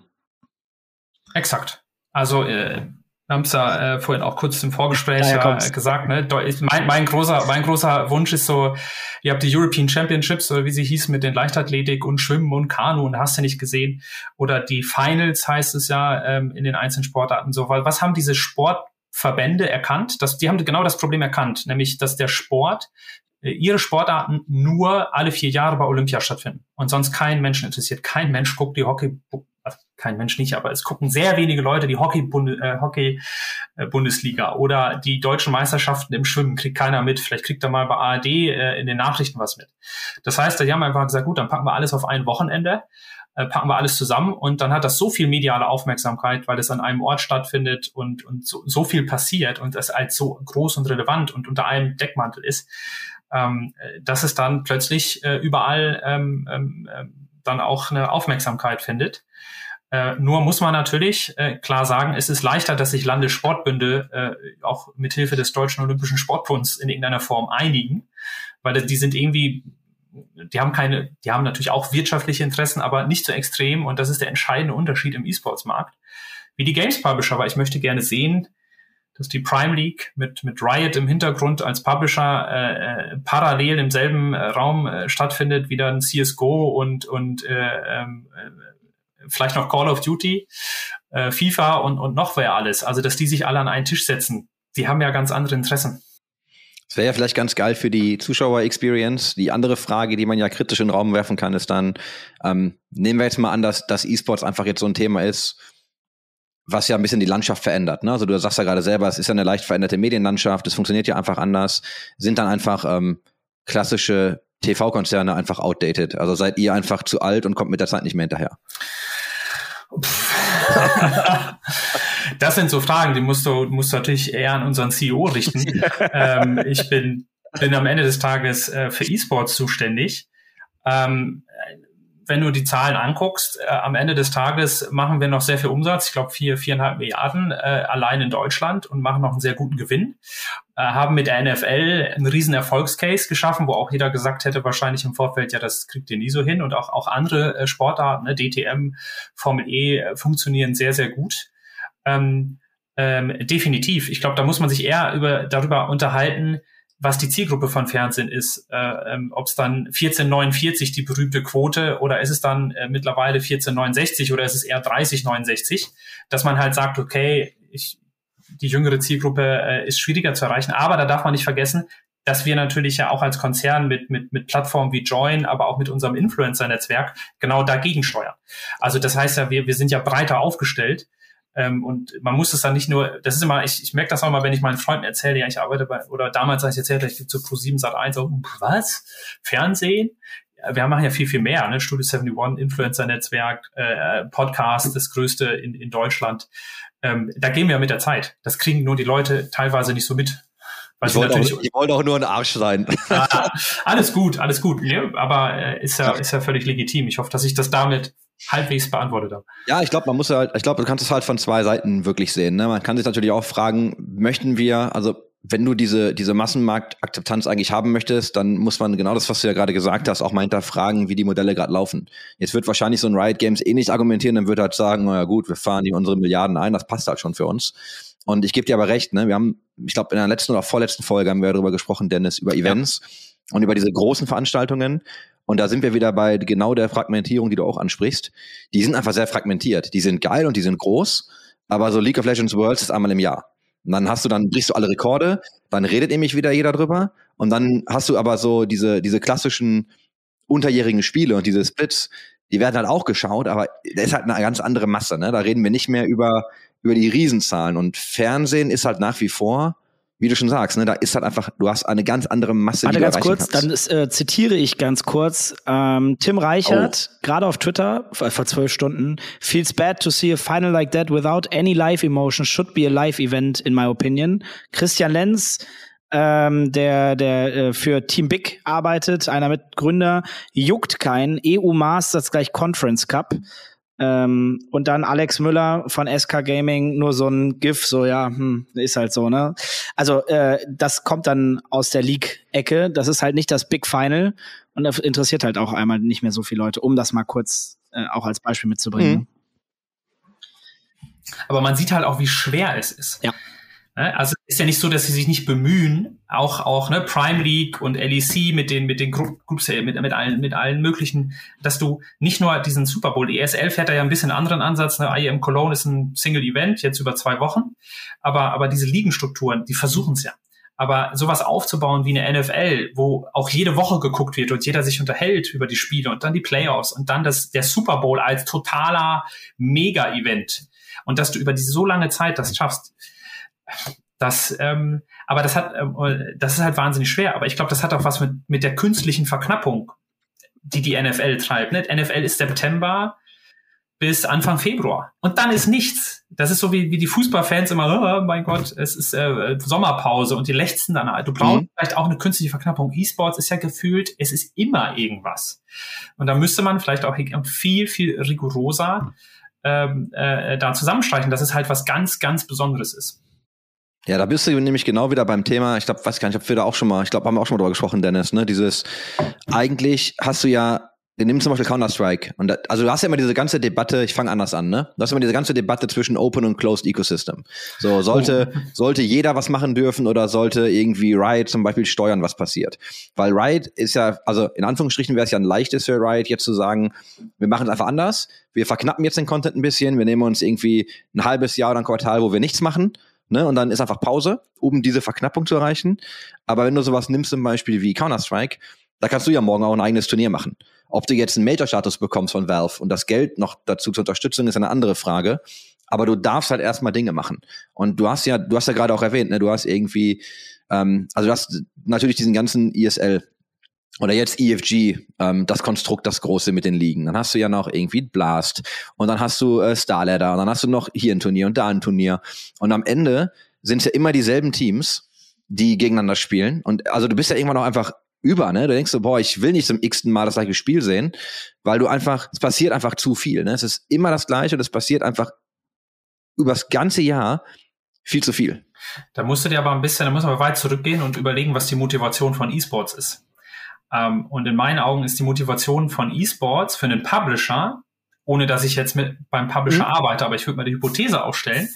Exakt. Also wir haben es ja vorhin auch kurz im Vorgespräch gesagt, ne? Mein großer Wunsch ist so, ihr habt die European Championships, oder wie sie hieß, mit den Leichtathletik und Schwimmen und Kanu und hast du nicht gesehen. Oder die Finals heißt es ja in den einzelnen Sportarten so. Weil was haben diese Sportverbände erkannt? Die haben genau das Problem erkannt, nämlich, dass der Sport, ihre Sportarten nur alle 4 Jahre bei Olympia stattfinden. Und sonst kein Menschen interessiert. Kein Mensch guckt die kein Mensch nicht, aber es gucken sehr wenige Leute die Hockey-Bundesliga oder die deutschen Meisterschaften im Schwimmen, kriegt keiner mit. Vielleicht kriegt er mal bei ARD in den Nachrichten was mit. Das heißt, die haben einfach gesagt, gut, dann packen wir alles auf ein Wochenende, packen wir alles zusammen und dann hat das so viel mediale Aufmerksamkeit, weil es an einem Ort stattfindet und so viel passiert und es als so groß und relevant und unter einem Deckmantel ist, dass es dann plötzlich überall dann auch eine Aufmerksamkeit findet. Nur muss man natürlich klar sagen, es ist leichter, dass sich Landessportbünde auch mithilfe des Deutschen Olympischen Sportbunds in irgendeiner Form einigen, weil die sind irgendwie, die haben natürlich auch wirtschaftliche Interessen, aber nicht so extrem, und das ist der entscheidende Unterschied im E-Sports-Markt, wie die Games Publisher, weil ich möchte gerne sehen, dass die Prime League mit Riot im Hintergrund als Publisher parallel im selben Raum stattfindet, wie dann CSGO und vielleicht noch Call of Duty, FIFA und noch wer alles. Also, dass die sich alle an einen Tisch setzen. Die haben ja ganz andere Interessen. Das wäre ja vielleicht ganz geil für die Zuschauer-Experience. Die andere Frage, die man ja kritisch in den Raum werfen kann, ist dann, nehmen wir jetzt mal an, dass E-Sports einfach jetzt so ein Thema ist, was ja ein bisschen die Landschaft verändert. Ne? Also du sagst ja gerade selber, es ist ja eine leicht veränderte Medienlandschaft, es funktioniert ja einfach anders. Sind dann einfach klassische TV-Konzerne einfach outdated? Also seid ihr einfach zu alt und kommt mit der Zeit nicht mehr hinterher? Das sind so Fragen, die musst du natürlich eher an unseren CEO richten. Ich bin am Ende des Tages für E-Sports zuständig. Wenn du die Zahlen anguckst, am Ende des Tages machen wir noch sehr viel Umsatz. Ich glaube 4,5 Milliarden allein in Deutschland und machen noch einen sehr guten Gewinn. Haben mit der NFL einen riesen Erfolgscase geschaffen, wo auch jeder gesagt hätte, wahrscheinlich im Vorfeld, ja, das kriegt ihr nie so hin. Und auch andere Sportarten, ne, DTM, Formel E, funktionieren sehr, sehr gut. Definitiv. Ich glaube, da muss man sich eher darüber unterhalten, was die Zielgruppe von Fernsehen ist, ob es dann 14,49 die berühmte Quote oder ist es dann mittlerweile 14,69 oder ist es eher 30,69, dass man halt sagt, okay, die jüngere Zielgruppe ist schwieriger zu erreichen, aber da darf man nicht vergessen, dass wir natürlich ja auch als Konzern mit Plattformen wie Join, aber auch mit unserem Influencer-Netzwerk genau dagegen steuern. Also das heißt ja, wir sind ja breiter aufgestellt. Und man muss es dann nicht nur, das ist immer, ich merke das auch mal, wenn ich meinen Freunden erzähle, ja, ich arbeite oder damals, als ich erzählt habe, ich gehe zu Pro7 Sat.1, so, was? Fernsehen? Wir machen ja viel, viel mehr, ne? Studio 71, Influencer-Netzwerk, Podcast, das größte in Deutschland. Da gehen wir ja mit der Zeit. Das kriegen nur die Leute teilweise nicht so mit. Ich wollte auch nur ein Arsch sein. Alles gut. Ne? Aber ist ja völlig legitim. Ich hoffe, dass ich das damit halbwegs beantwortet habe. Ja, ich glaube, du kannst es halt von 2 Seiten wirklich sehen. Ne? Man kann sich natürlich auch fragen, möchten wir, also wenn du diese Massenmarktakzeptanz eigentlich haben möchtest, dann muss man genau das, was du ja gerade gesagt hast, auch mal hinterfragen, wie die Modelle gerade laufen. Jetzt wird wahrscheinlich so ein Riot Games nicht argumentieren, dann wird halt sagen, naja gut, wir fahren hier unsere Milliarden ein, das passt halt schon für uns. Und ich gebe dir aber recht, ne? Wir haben, ich glaube, in der letzten oder vorletzten Folge haben wir darüber gesprochen, Dennis, über Events und über diese großen Veranstaltungen. Und da sind wir wieder bei genau der Fragmentierung, die du auch ansprichst. Die sind einfach sehr fragmentiert. Die sind geil und die sind groß, aber so League of Legends Worlds ist einmal im Jahr. Und dann brichst du alle Rekorde, dann redet nämlich wieder jeder drüber und dann hast du aber so diese klassischen unterjährigen Spiele und diese Splits, die werden halt auch geschaut, aber da ist halt eine ganz andere Masse, ne? Da reden wir nicht mehr über die Riesenzahlen und Fernsehen ist halt nach wie vor, wie du schon sagst, ne, da ist halt einfach, du hast eine ganz andere Masse, die du erreichen kannst. Dann zitiere ich ganz kurz Tim Reichert, gerade auf Twitter, vor 12 Stunden, feels bad to see a final like that without any live emotion, should be a live event in my opinion. Christian Lenz, der für Team Big arbeitet, einer Mitgründer, juckt kein EU Masters gleich Conference Cup. Und dann Alex Müller von SK Gaming, nur so ein GIF, so ist halt so, ne? Also das kommt dann aus der League-Ecke, das ist halt nicht das Big Final und das interessiert halt auch einmal nicht mehr so viele Leute, um das mal kurz auch als Beispiel mitzubringen. Mhm. Aber man sieht halt auch, wie schwer es ist. Ja. Also ist ja nicht so, dass sie sich nicht bemühen, auch ne, Prime League und LEC mit den Groups, mit allen möglichen, dass du nicht nur diesen Super Bowl, die ESL fährt da ja ein bisschen anderen Ansatz, ne, IEM Cologne ist ein Single Event, jetzt über 2 Wochen, aber diese Ligenstrukturen, die versuchen es ja. Aber sowas aufzubauen wie eine NFL, wo auch jede Woche geguckt wird und jeder sich unterhält über die Spiele und dann die Playoffs und dann der Super Bowl als totaler Mega-Event und dass du über diese so lange Zeit das schaffst, das ist halt wahnsinnig schwer. Aber ich glaube, das hat auch was mit der künstlichen Verknappung, die NFL treibt. Ne? NFL ist September bis Anfang Februar. Und dann ist nichts. Das ist so wie die Fußballfans immer, oh mein Gott, es ist Sommerpause und die lechzen dann halt. Du brauchst vielleicht auch eine künstliche Verknappung. E-Sports ist ja gefühlt, es ist immer irgendwas. Und da müsste man vielleicht auch viel, viel rigoroser da zusammenstreichen, dass es halt was ganz, ganz Besonderes ist. Ja, da bist du nämlich genau wieder beim Thema, ich glaube, weiß gar nicht, ob wir da auch schon mal, ich glaube, haben wir auch schon mal drüber gesprochen, Dennis, ne, eigentlich hast du ja, nimm zum Beispiel Counter-Strike, und also du hast ja immer diese ganze Debatte, ich fange anders an, ne, du hast immer diese ganze Debatte zwischen Open und Closed Ecosystem. So, sollte jeder was machen dürfen oder sollte irgendwie Riot zum Beispiel steuern, was passiert? Weil Riot ist ja, also in Anführungsstrichen wäre es ja ein leichtes für Riot jetzt zu sagen, wir machen es einfach anders, wir verknappen jetzt den Content ein bisschen, wir nehmen uns irgendwie ein halbes Jahr oder ein Quartal, wo wir nichts machen, ne, und dann ist einfach Pause, um diese Verknappung zu erreichen. Aber wenn du sowas nimmst, zum Beispiel wie Counter-Strike, da kannst du ja morgen auch ein eigenes Turnier machen. Ob du jetzt einen Major-Status bekommst von Valve und das Geld noch dazu zur Unterstützung ist eine andere Frage. Aber du darfst halt erstmal Dinge machen. Und du hast ja gerade auch erwähnt, ne, du hast irgendwie, also du hast natürlich diesen ganzen ESL oder jetzt EFG, das Konstrukt, das große mit den Ligen. Dann hast du ja noch irgendwie Blast und dann hast du Starladder und dann hast du noch hier ein Turnier und da ein Turnier. Und am Ende sind es ja immer dieselben Teams, die gegeneinander spielen. Und also du bist ja irgendwann auch einfach über, ne? Du denkst so, boah, ich will nicht zum x-ten Mal das gleiche Spiel sehen, weil es passiert einfach zu viel, ne? Es ist immer das Gleiche und es passiert einfach übers ganze Jahr viel zu viel. Da muss man weit zurückgehen und überlegen, was die Motivation von E-Sports ist. Und in meinen Augen ist die Motivation von E-Sports für einen Publisher, ohne dass ich jetzt beim Publisher arbeite, aber ich würde mal die Hypothese aufstellen,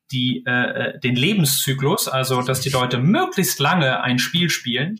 den Lebenszyklus, also dass die Leute möglichst lange ein Spiel spielen,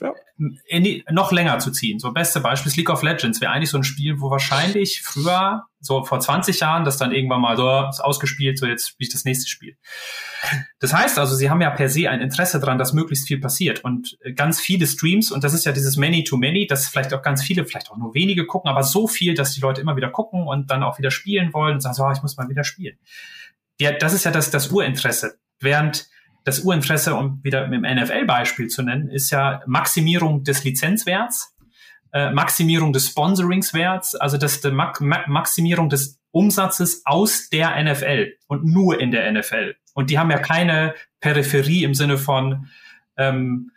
noch länger zu ziehen. So beste Beispiel ist League of Legends. Wäre eigentlich so ein Spiel, wo wahrscheinlich früher, so vor 20 Jahren, das dann irgendwann mal so ist ausgespielt, so jetzt spiele ich das nächste Spiel. Das heißt also, sie haben ja per se ein Interesse daran, dass möglichst viel passiert. Und ganz viele Streams, und das ist ja dieses Many-to-Many, dass vielleicht auch ganz viele, vielleicht auch nur wenige gucken, aber so viel, dass die Leute immer wieder gucken und dann auch wieder spielen wollen und sagen so, ich muss mal wieder spielen. Ja, das ist ja das Urinteresse. Während das Urinteresse, um wieder mit dem NFL-Beispiel zu nennen, ist ja Maximierung des Lizenzwerts, Maximierung des Sponsoringswerts, also Maximierung des Umsatzes aus der NFL und nur in der NFL. Und die haben ja keine Peripherie im Sinne von, sind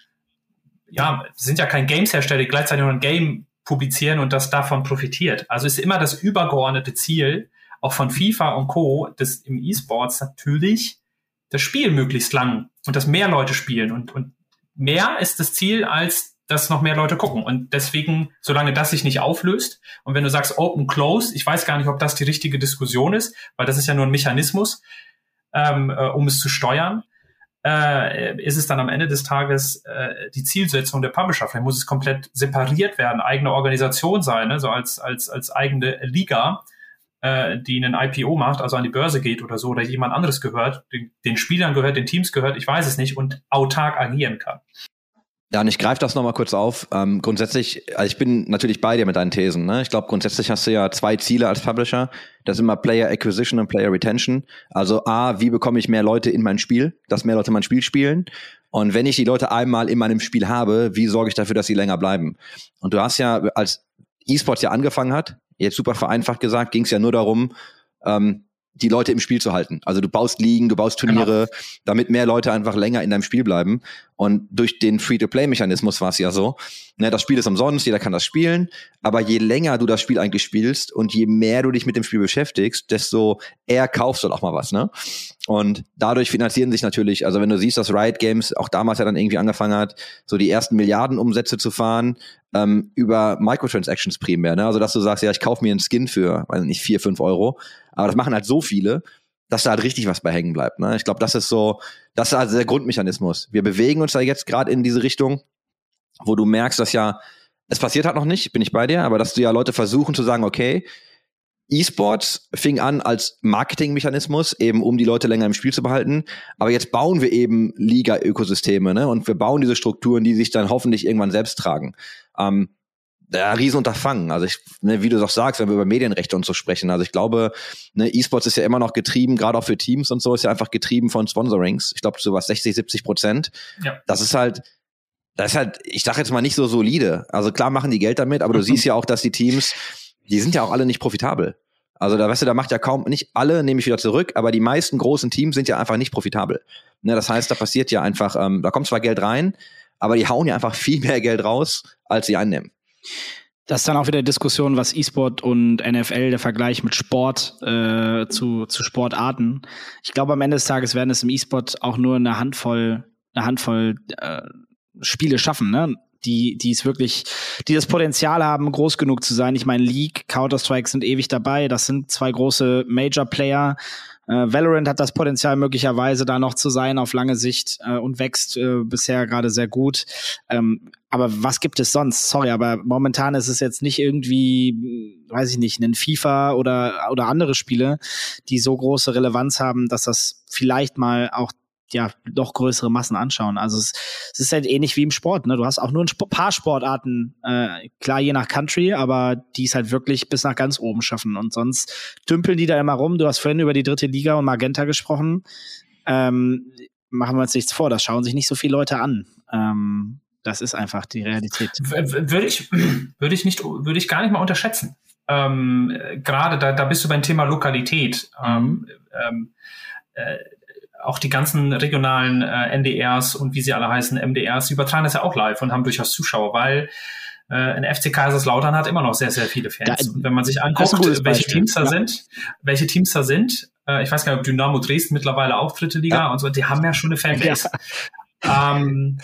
ja kein Games-Hersteller, die gleichzeitig noch ein Game publizieren und das davon profitiert. Also ist immer das übergeordnete Ziel, auch von FIFA und Co., das im E-Sports natürlich das Spiel möglichst lang und dass mehr Leute spielen und mehr ist das Ziel, als dass noch mehr Leute gucken. Und deswegen, solange das sich nicht auflöst und wenn du sagst Open, Close, ich weiß gar nicht, ob das die richtige Diskussion ist, weil das ist ja nur ein Mechanismus, um es zu steuern, ist es dann am Ende des Tages die Zielsetzung der Publisher. Vielleicht muss es komplett separiert werden, eigene Organisation sein, ne? So als eigene Liga, die einen IPO macht, also an die Börse geht oder so, oder jemand anderes gehört, den Spielern gehört, den Teams gehört, ich weiß es nicht, und autark agieren kann. Ja, und ich greife das nochmal kurz auf. Grundsätzlich, also ich bin natürlich bei dir mit deinen Thesen, ne? Ich glaube, grundsätzlich hast du ja 2 Ziele als Publisher. Das sind immer Player Acquisition und Player Retention. Also A, wie bekomme ich mehr Leute in mein Spiel, dass mehr Leute mein Spiel spielen? Und wenn ich die Leute einmal in meinem Spiel habe, wie sorge ich dafür, dass sie länger bleiben? Und du hast ja, als E-Sports ja angefangen hat, jetzt super vereinfacht gesagt, ging es ja nur darum, die Leute im Spiel zu halten. Also du baust Ligen, du baust Turniere, damit mehr Leute einfach länger in deinem Spiel bleiben. Und durch den Free-to-Play-Mechanismus war es ja so, ne, das Spiel ist umsonst, jeder kann das spielen, aber je länger du das Spiel eigentlich spielst und je mehr du dich mit dem Spiel beschäftigst, desto eher kaufst du auch mal was, ne? Und dadurch finanzieren sich natürlich, also wenn du siehst, dass Riot Games auch damals ja dann irgendwie angefangen hat, so die ersten Milliardenumsätze zu fahren, über Microtransactions primär, ne? Also dass du sagst, ja, ich kaufe mir einen Skin für, weiß nicht, 4-5 Euro, aber das machen halt so viele, dass da halt richtig was bei hängen bleibt, ne? Ich glaube, das ist also der Grundmechanismus. Wir bewegen uns da jetzt gerade in diese Richtung, wo du merkst, dass ja, es passiert halt noch nicht, bin ich bei dir, aber dass du ja Leute versuchen zu sagen, okay, E-Sports fing an als Marketingmechanismus, eben um die Leute länger im Spiel zu behalten. Aber jetzt bauen wir eben Liga-Ökosysteme, ne? Und wir bauen diese Strukturen, die sich dann hoffentlich irgendwann selbst tragen. Riesenunterfangen. Also wie du auch sagst, wenn wir über Medienrechte und so sprechen. Also ich glaube, ne, E-Sports ist ja immer noch getrieben, gerade auch für Teams und so, ist ja einfach getrieben von Sponsorings. Ich glaube, so was 60-70%. Ja. Das ist halt, ich sag jetzt mal nicht so solide. Also klar machen die Geld damit, aber du siehst ja auch, dass die Teams, die sind ja auch alle nicht profitabel. Also da, weißt du, da macht ja kaum, nicht alle, nehme ich wieder zurück, aber die meisten großen Teams sind ja einfach nicht profitabel. Ne, das heißt, da passiert ja einfach, da kommt zwar Geld rein, aber die hauen ja einfach viel mehr Geld raus, als sie einnehmen. Das ist dann auch wieder Diskussion, was E-Sport und NFL, der Vergleich mit Sport zu Sportarten. Ich glaube, am Ende des Tages werden es im E-Sport auch nur eine Handvoll Spiele schaffen, ne? Die es wirklich, die das Potenzial haben, groß genug zu sein. Ich meine, League, Counter-Strike sind ewig dabei. Das sind zwei große Major-Player. Valorant hat das Potenzial, möglicherweise da noch zu sein auf lange Sicht und wächst bisher gerade sehr gut. Aber was gibt es sonst? Sorry, aber momentan ist es jetzt nicht irgendwie, weiß ich nicht, ein FIFA oder andere Spiele, die so große Relevanz haben, dass das vielleicht mal auch ja noch größere Massen anschauen. Also es ist halt ähnlich wie im Sport, ne? Du hast auch nur ein paar Sportarten, klar je nach Country, aber die es halt wirklich bis nach ganz oben schaffen und sonst dümpeln die da immer rum. Du hast vorhin über die 3. Liga und Magenta gesprochen. Machen wir uns nichts vor, das schauen sich nicht so viele Leute an. Das ist einfach die Realität. Würde ich gar nicht mal unterschätzen. Gerade da bist du beim Thema Lokalität. Auch die ganzen regionalen NDRs und wie sie alle heißen, MDRs, die übertragen das ja auch live und haben durchaus Zuschauer, weil ein FC Kaiserslautern hat immer noch sehr, sehr viele Fans. Und wenn man sich anguckt, welche Teams da sind, ich weiß gar nicht, ob Dynamo Dresden mittlerweile auch 3. Liga und so, die haben ja schon eine Fanbase. Und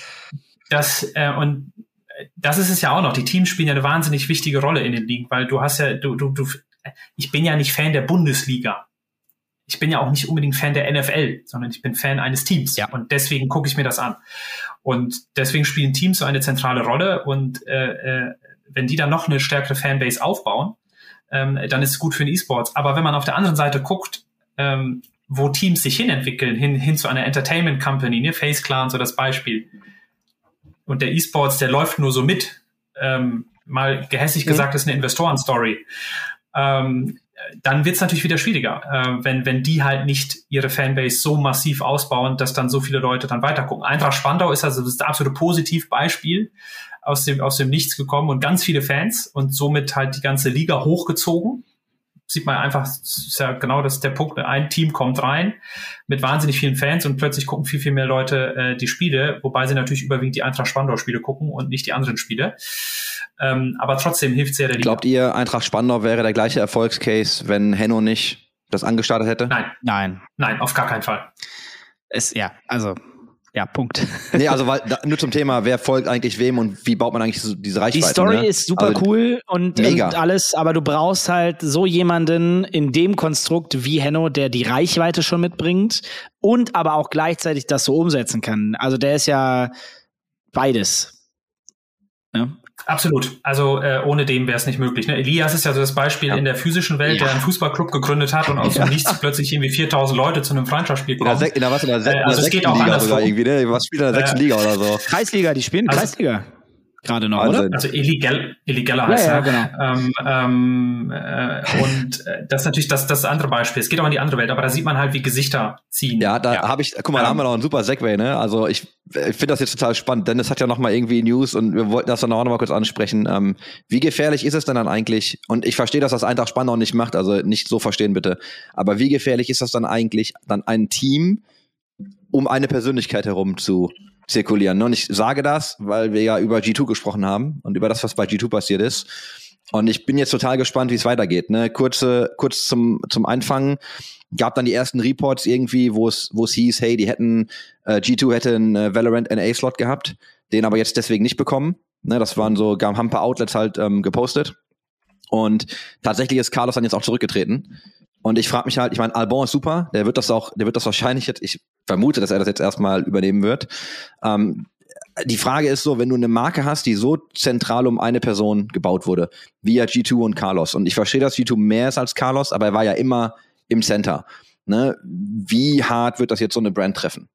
das ist es ja auch noch. Die Teams spielen ja eine wahnsinnig wichtige Rolle in den Ligen, weil du hast ja, ich bin ja nicht Fan der Bundesliga. Ich bin ja auch nicht unbedingt Fan der NFL, sondern ich bin Fan eines Teams. Ja. Und deswegen gucke ich mir das an. Und deswegen spielen Teams so eine zentrale Rolle. Und wenn die dann noch eine stärkere Fanbase aufbauen, dann ist es gut für den E-Sports. Aber wenn man auf der anderen Seite guckt, wo Teams sich hinentwickeln, hin zu einer Entertainment Company, ne, FaZe Clan, so das Beispiel. Und der E-Sports, der läuft nur so mit. Mal gehässig gesagt, ist eine Investoren-Story. Dann wird es natürlich wieder schwieriger, wenn die halt nicht ihre Fanbase so massiv ausbauen, dass dann so viele Leute dann weitergucken. Eintracht Spandau ist also das absolute Positivbeispiel aus dem Nichts gekommen und ganz viele Fans und somit halt die ganze Liga hochgezogen. Sieht man einfach, ist ja genau das der Punkt. Ein Team kommt rein mit wahnsinnig vielen Fans und plötzlich gucken viel, viel mehr Leute die Spiele, wobei sie natürlich überwiegend die Eintracht Spandau-Spiele gucken und nicht die anderen Spiele. Aber trotzdem hilft sehr der Liga. Glaubt ihr, Eintracht Spandau wäre der gleiche Erfolgscase, wenn Henno nicht das angestartet hätte? Nein, auf gar keinen Fall. Punkt. Nee, also nur zum Thema, wer folgt eigentlich wem und wie baut man eigentlich so diese Reichweite? Die Story ist super cool und alles, aber du brauchst halt so jemanden in dem Konstrukt wie Henno, der die Reichweite schon mitbringt und aber auch gleichzeitig das so umsetzen kann. Also der ist ja beides. Ja? Absolut. Also ohne dem wäre es nicht möglich. Ne? Elias ist ja so das Beispiel in der physischen Welt, der einen Fußballclub gegründet hat und aus dem Nichts plötzlich irgendwie 4.000 Leute zu einem Freundschaftsspiel kommen. In der 6. Liga sogar irgendwie, ne? Was spielt in der 6. Liga oder so? Kreisliga, die spielen Kreisliga. gerade noch, Wahnsinn. oder? Also illegaler heißt ja, und das ist natürlich das andere Beispiel. Es geht auch in die andere Welt, aber da sieht man halt, wie Gesichter ziehen. Ja, da habe ich, guck mal, da haben wir noch einen super Segway, ne? Also ich finde das jetzt total spannend. Dennis hat ja noch mal irgendwie News und wir wollten das dann auch noch mal kurz ansprechen. Wie gefährlich ist es denn dann eigentlich? Und ich verstehe, dass das Eintracht Spandau nicht macht, also nicht so verstehen bitte. Aber wie gefährlich ist das dann eigentlich, dann ein Team um eine Persönlichkeit herum zu zirkulieren? Und ich sage das, weil wir ja über G2 gesprochen haben und über das, was bei G2 passiert ist. Und ich bin jetzt total gespannt, wie es weitergeht. Ne? Kurz zum Anfang gab dann die ersten Reports irgendwie, wo es hieß, hey, G2 hätte einen Valorant NA-Slot gehabt, den aber jetzt deswegen nicht bekommen. Ne? Das waren haben ein paar Outlets halt gepostet. Und tatsächlich ist Carlos dann jetzt auch zurückgetreten. Und ich frage mich halt, ich meine, Alban ist super, der wird das wahrscheinlich jetzt, ich vermute, dass er das jetzt erstmal übernehmen wird. Die Frage ist so, wenn du eine Marke hast, die so zentral um eine Person gebaut wurde, wie ja G2 und Carlos, und ich verstehe, dass G2 mehr ist als Carlos, aber er war ja immer im Center. Ne? Wie hart wird das jetzt so eine Brand treffen?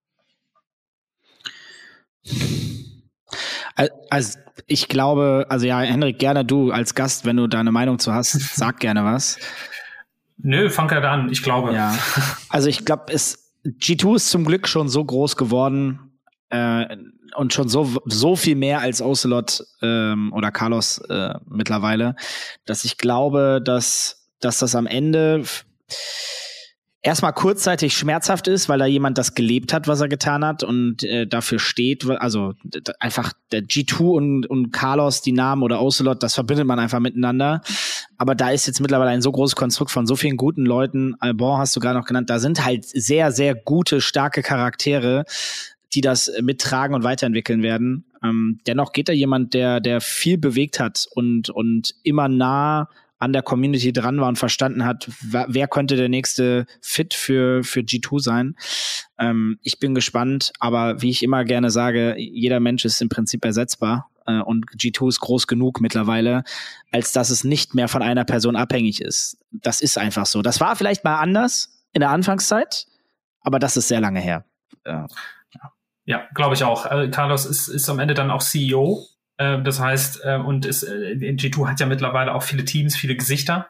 Also ich glaube, also ja, Henrik, gerne du als Gast, wenn du da eine Meinung zu hast, sag gerne was. Nö, fang gerade an, ich glaube. Ja, also ich glaube, G2 ist zum Glück schon so groß geworden und schon so viel mehr als Ocelot oder Carlos mittlerweile, dass ich glaube, dass das am Ende erstmal kurzzeitig schmerzhaft ist, weil da jemand das gelebt hat, was er getan hat und dafür steht. Also einfach der G2 und Carlos, die Namen oder Ocelot, das verbindet man einfach miteinander. Aber da ist jetzt mittlerweile ein so großes Konstrukt von so vielen guten Leuten. Alban hast du gerade noch genannt. Da sind halt sehr, sehr gute, starke Charaktere, die das mittragen und weiterentwickeln werden. Dennoch geht da jemand, der viel bewegt hat und immer nah an der Community dran war und verstanden hat, wer könnte der nächste Fit für G2 sein. Ich bin gespannt, aber wie ich immer gerne sage, jeder Mensch ist im Prinzip ersetzbar und G2 ist groß genug mittlerweile, als dass es nicht mehr von einer Person abhängig ist. Das ist einfach so. Das war vielleicht mal anders in der Anfangszeit, aber das ist sehr lange her. Ja, glaube ich auch. Carlos ist am Ende dann auch CEO. Das heißt, G2 hat ja mittlerweile auch viele Teams, viele Gesichter.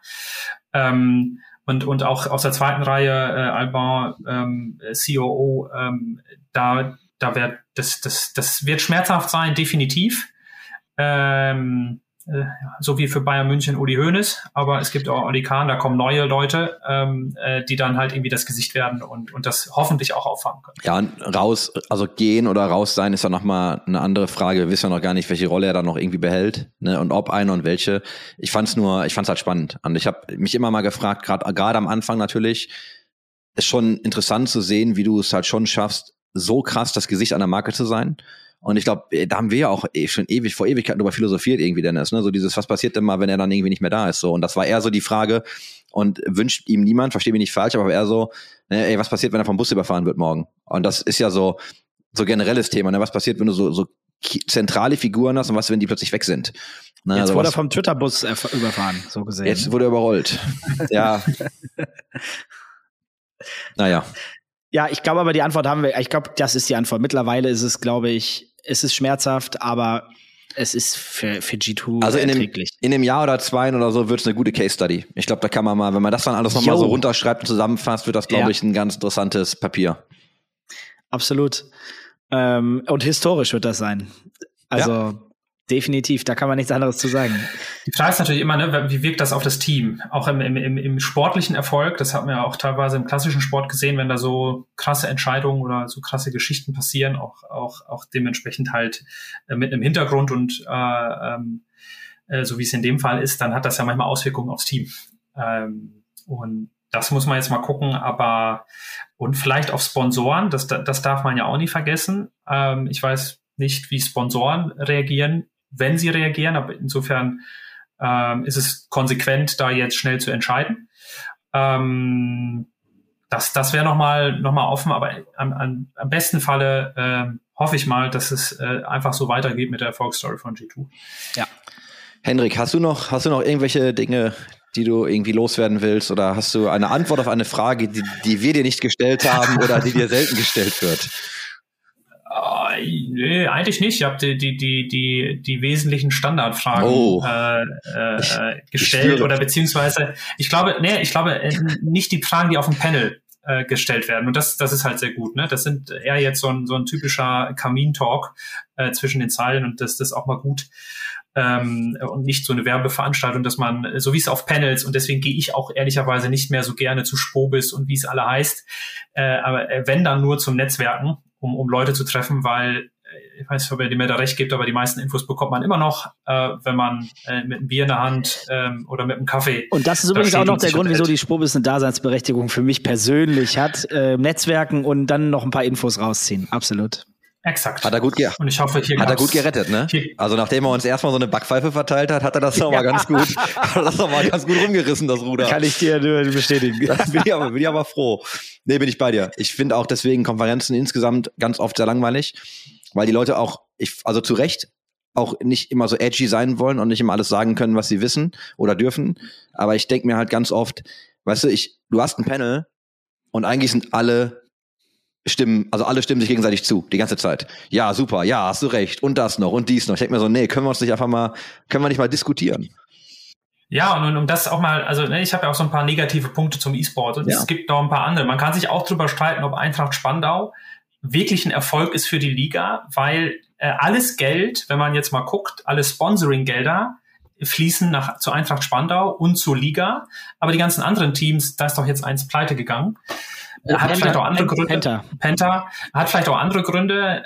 Und auch aus der zweiten Reihe, Alban, COO, das wird schmerzhaft sein, definitiv. So wie für Bayern München Uli Hoeneß, aber es gibt auch Oli Kahn, da kommen neue Leute, die dann halt irgendwie das Gesicht werden und das hoffentlich auch auffangen können. Ja, und gehen oder raus sein ist ja nochmal eine andere Frage. Wir wissen ja noch gar nicht, welche Rolle er da noch irgendwie behält, ne, und ob eine und welche. Ich fand's halt spannend. Und ich habe mich immer mal gefragt, gerade am Anfang natürlich, ist schon interessant zu sehen, wie du es halt schon schaffst, so krass das Gesicht einer Marke zu sein. Und ich glaube, da haben wir ja auch schon vor Ewigkeiten drüber philosophiert irgendwie, Dennis, ne? So dieses, was passiert denn mal, wenn er dann irgendwie nicht mehr da ist, so. Und das war eher so die Frage und wünscht ihm niemand, verstehe mich nicht falsch, aber eher so, ne, was passiert, wenn er vom Bus überfahren wird morgen? Und das ist ja so generelles Thema, ne? Was passiert, wenn du so zentrale Figuren hast und was, wenn die plötzlich weg sind? Ne? Jetzt also wurde er vom Twitter-Bus überfahren, so gesehen. Jetzt wurde er überrollt. Ja. Naja. Ja, ich glaube aber die Antwort haben wir, ich glaube, das ist die Antwort. Mittlerweile ist es, glaube ich, es ist schmerzhaft, aber es ist für G2 also erträglich. In einem Jahr oder zwei oder so wird es eine gute Case Study. Ich glaube, da kann man mal, wenn man das dann alles nochmal so runterschreibt und zusammenfasst, wird das, glaube ich, ein ganz interessantes Papier. Absolut. Und historisch wird das sein. Also definitiv, da kann man nichts anderes zu sagen. Die Frage ist natürlich immer, ne, wie wirkt das auf das Team? Auch im sportlichen Erfolg, das hat man ja auch teilweise im klassischen Sport gesehen, wenn da so krasse Entscheidungen oder so krasse Geschichten passieren, auch dementsprechend halt mit einem Hintergrund und so wie es in dem Fall ist, dann hat das ja manchmal Auswirkungen aufs Team. Und das muss man jetzt mal gucken, und vielleicht auf Sponsoren, das darf man ja auch nicht vergessen. Ich weiß nicht, wie Sponsoren reagieren, wenn sie reagieren, aber insofern ist es konsequent, da jetzt schnell zu entscheiden. Das wäre noch mal offen, aber am besten Falle hoffe ich mal, dass es einfach so weitergeht mit der Erfolgsstory von G2. Ja. Henrik, hast du noch irgendwelche Dinge, die du irgendwie loswerden willst, oder hast du eine Antwort auf eine Frage, die wir dir nicht gestellt haben oder die dir selten gestellt wird? Nee, eigentlich nicht. Ich habe die wesentlichen Standardfragen gestellt oder beziehungsweise ich glaube nicht die Fragen, die auf dem Panel gestellt werden. Und das ist halt sehr gut. Ne? Das sind eher jetzt so ein typischer Kamin-Talk zwischen den Zeilen und das ist auch mal gut. Und nicht so eine Werbeveranstaltung, dass man, so wie es auf Panels, und deswegen gehe ich auch ehrlicherweise nicht mehr so gerne zu Spobis und wie es alle heißt, aber wenn dann nur zum Netzwerken, um Leute zu treffen, weil ich weiß nicht, ob ihr mir da recht gibt, aber die meisten Infos bekommt man immer noch, wenn man mit einem Bier in der Hand oder mit einem Kaffee. Und das ist übrigens auch noch der Grund, wieso die Spobis eine Daseinsberechtigung für mich persönlich hat. Netzwerken und dann noch ein paar Infos rausziehen. Absolut. Exakt. Hat er gut und ich hoffe, hat er gut gerettet, ne? Also nachdem er uns erstmal so eine Backpfeife verteilt hat, hat er das doch mal ganz gut, rumgerissen, das Ruder. Kann ich dir nur bestätigen. Bin ich aber froh. Nee, bin ich bei dir. Ich finde auch deswegen Konferenzen insgesamt ganz oft sehr langweilig, weil die Leute auch, also zu Recht, auch nicht immer so edgy sein wollen und nicht immer alles sagen können, was sie wissen oder dürfen. Aber ich denke mir halt ganz oft, weißt du, du hast ein Panel und eigentlich sind alle stimmen sich gegenseitig zu, die ganze Zeit. Ja, super, ja, hast du recht. Und das noch und dies noch. Ich denke mir so, nee, können wir nicht mal diskutieren? Ja, und um das auch mal, also ich habe ja auch so ein paar negative Punkte zum E-Sport und es gibt noch ein paar andere. Man kann sich auch drüber streiten, ob Eintracht Spandau wirklich ein Erfolg ist für die Liga, weil alles Geld, wenn man jetzt mal guckt, alle Sponsoring-Gelder fließen zu Eintracht Spandau und zur Liga, aber die ganzen anderen Teams, da ist doch jetzt eins pleite gegangen. Hat vielleicht auch andere Gründe. Penta hat vielleicht auch andere Gründe,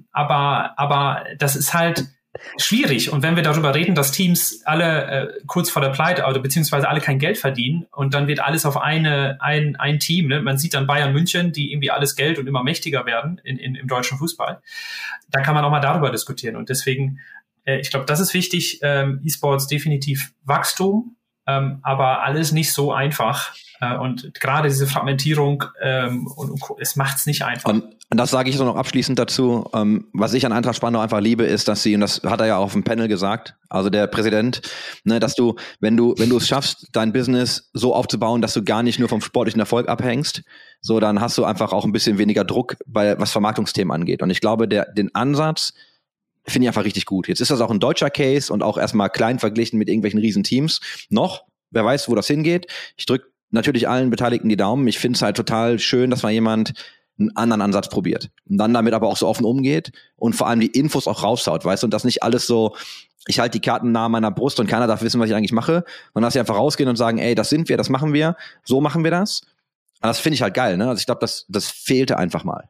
aber das ist halt schwierig. Und wenn wir darüber reden, dass Teams alle kurz vor der Pleite oder beziehungsweise alle kein Geld verdienen und dann wird alles auf ein Team. Ne? Man sieht dann Bayern München, die irgendwie alles Geld und immer mächtiger werden im deutschen Fußball. Da kann man auch mal darüber diskutieren. Und deswegen, ich glaube, das ist wichtig. E-Sports definitiv Wachstum, aber alles nicht so einfach. Und gerade diese Fragmentierung, es macht es nicht einfach. Und das sage ich so noch abschließend dazu. Was ich an Eintracht Spandau einfach liebe, ist, dass sie, und das hat er ja auch auf dem Panel gesagt, also der Präsident, ne, dass du, wenn du es schaffst, dein Business so aufzubauen, dass du gar nicht nur vom sportlichen Erfolg abhängst, so dann hast du einfach auch ein bisschen weniger Druck, was Vermarktungsthemen angeht. Und ich glaube, den Ansatz finde ich einfach richtig gut. Jetzt ist das auch ein deutscher Case und auch erstmal klein verglichen mit irgendwelchen riesen Teams. Wer weiß, wo das hingeht. Ich drücke natürlich allen Beteiligten die Daumen. Ich finde es halt total schön, dass mal jemand einen anderen Ansatz probiert und dann damit aber auch so offen umgeht und vor allem die Infos auch raushaut, weißt du, und das nicht alles so, ich halte die Karten nahe meiner Brust und keiner darf wissen, was ich eigentlich mache, sondern dass sie einfach rausgehen und sagen, ey, das sind wir, das machen wir, so machen wir das. Und das finde ich halt geil, ne? Also ich glaube, das fehlte einfach mal.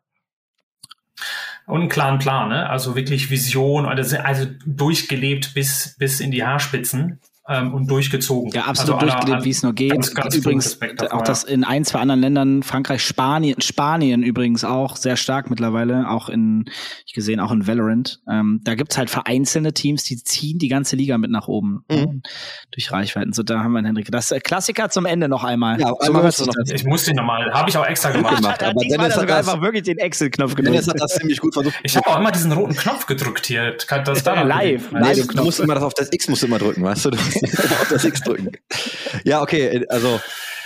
Und einen klaren Plan, ne? Also wirklich Vision, also durchgelebt bis in die Haarspitzen. Und durchgezogen. Ja, absolut also durchgelebt, wie es nur geht. Ganz übrigens auch das in 1, 2 anderen Ländern, Frankreich, Spanien übrigens auch sehr stark mittlerweile, auch in Valorant. Da gibt's halt vereinzelte Teams, die ziehen die ganze Liga mit nach oben durch Reichweiten. So, da haben wir einen Henrik. Das Klassiker zum Ende noch einmal. Ja, ich muss den nochmal, habe ich auch extra gemacht. Aber Dennis hat einfach wirklich den Excel-Knopf gedrückt. Dennis hat das ziemlich gut versucht. Ich habe auch immer diesen roten Knopf gedrückt hier. Das da live. Du musst immer auf das X drücken, weißt du? Auf das X drücken. Ja, okay, also.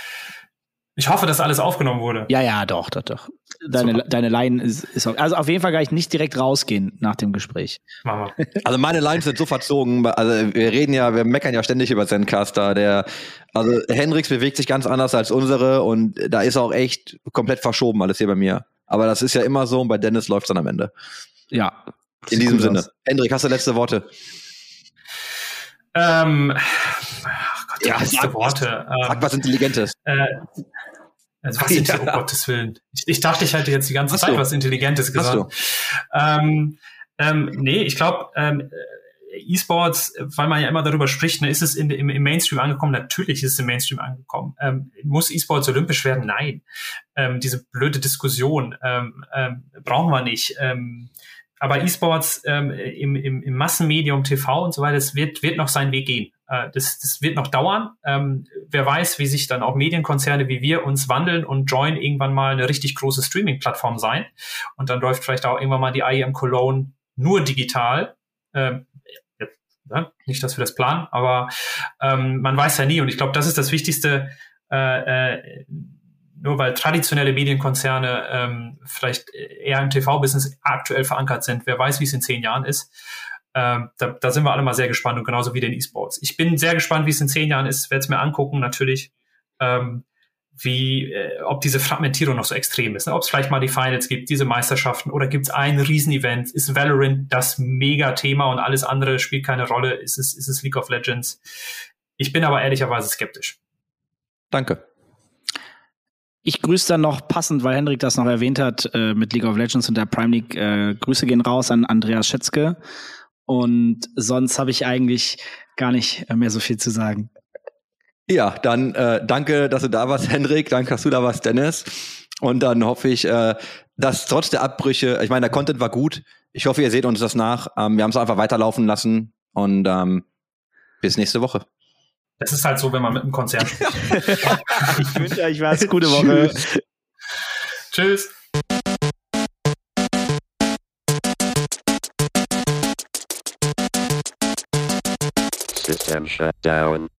Ich hoffe, dass alles aufgenommen wurde. Ja, doch. Deine Line ist also auf jeden Fall gar nicht direkt rausgehen nach dem Gespräch. Machen wir. Also meine Lines sind so verzogen, also wir meckern ja ständig über Zencaster, also Henriks bewegt sich ganz anders als unsere und da ist auch echt komplett verschoben alles hier bei mir. Aber das ist ja immer so und bei Dennis läuft's dann am Ende. Ja. In diesem Sinne. Hendrik, hast du letzte Worte? Letzte Worte. Sag was Intelligentes. Um Gottes Willen. Ich dachte, ich hätte jetzt die ganze Zeit was Intelligentes gesagt. Nee, ich glaube, E-Sports, weil man ja immer darüber spricht, ne, ist es im Mainstream angekommen? Natürlich ist es im Mainstream angekommen. Muss E-Sports olympisch werden? Nein. Diese blöde Diskussion brauchen wir nicht. Aber E-Sports im Massenmedium, TV und so weiter, das wird noch seinen Weg gehen. Das wird noch dauern. Wer weiß, wie sich dann auch Medienkonzerne wie wir uns wandeln und Join irgendwann mal eine richtig große Streaming-Plattform sein. Und dann läuft vielleicht auch irgendwann mal die IEM Cologne nur digital. Nicht, dass wir das planen, aber man weiß ja nie. Und ich glaube, das ist das Wichtigste. nur weil traditionelle Medienkonzerne vielleicht eher im TV-Business aktuell verankert sind, wer weiß, wie es in 10 Jahren ist. Da sind wir alle mal sehr gespannt und genauso wie den E-Sports. Ich bin sehr gespannt, wie es in 10 Jahren ist, werde es mir angucken natürlich, ob diese Fragmentierung noch so extrem ist, ne? Ob es vielleicht mal die Finals gibt, diese Meisterschaften, oder gibt es ein Riesenevent? Ist Valorant das Mega-Thema und alles andere spielt keine Rolle? Ist es League of Legends? Ich bin aber ehrlicherweise skeptisch. Danke. Ich grüße dann noch passend, weil Hendrik das noch erwähnt hat, mit League of Legends und der Prime League. Grüße gehen raus an Andreas Schätzke. Und sonst habe ich eigentlich gar nicht mehr so viel zu sagen. Ja, dann danke, dass du da warst, Hendrik. Danke, dass du da warst, Dennis. Und dann hoffe ich, dass trotz der Abbrüche, ich meine, der Content war gut. Ich hoffe, ihr seht uns das nach. Wir haben es einfach weiterlaufen lassen. Und bis nächste Woche. Es ist halt so, wenn man mit einem Konzern spricht. Ich wünsche euch was. Gute Woche. Tschüss. System shut down.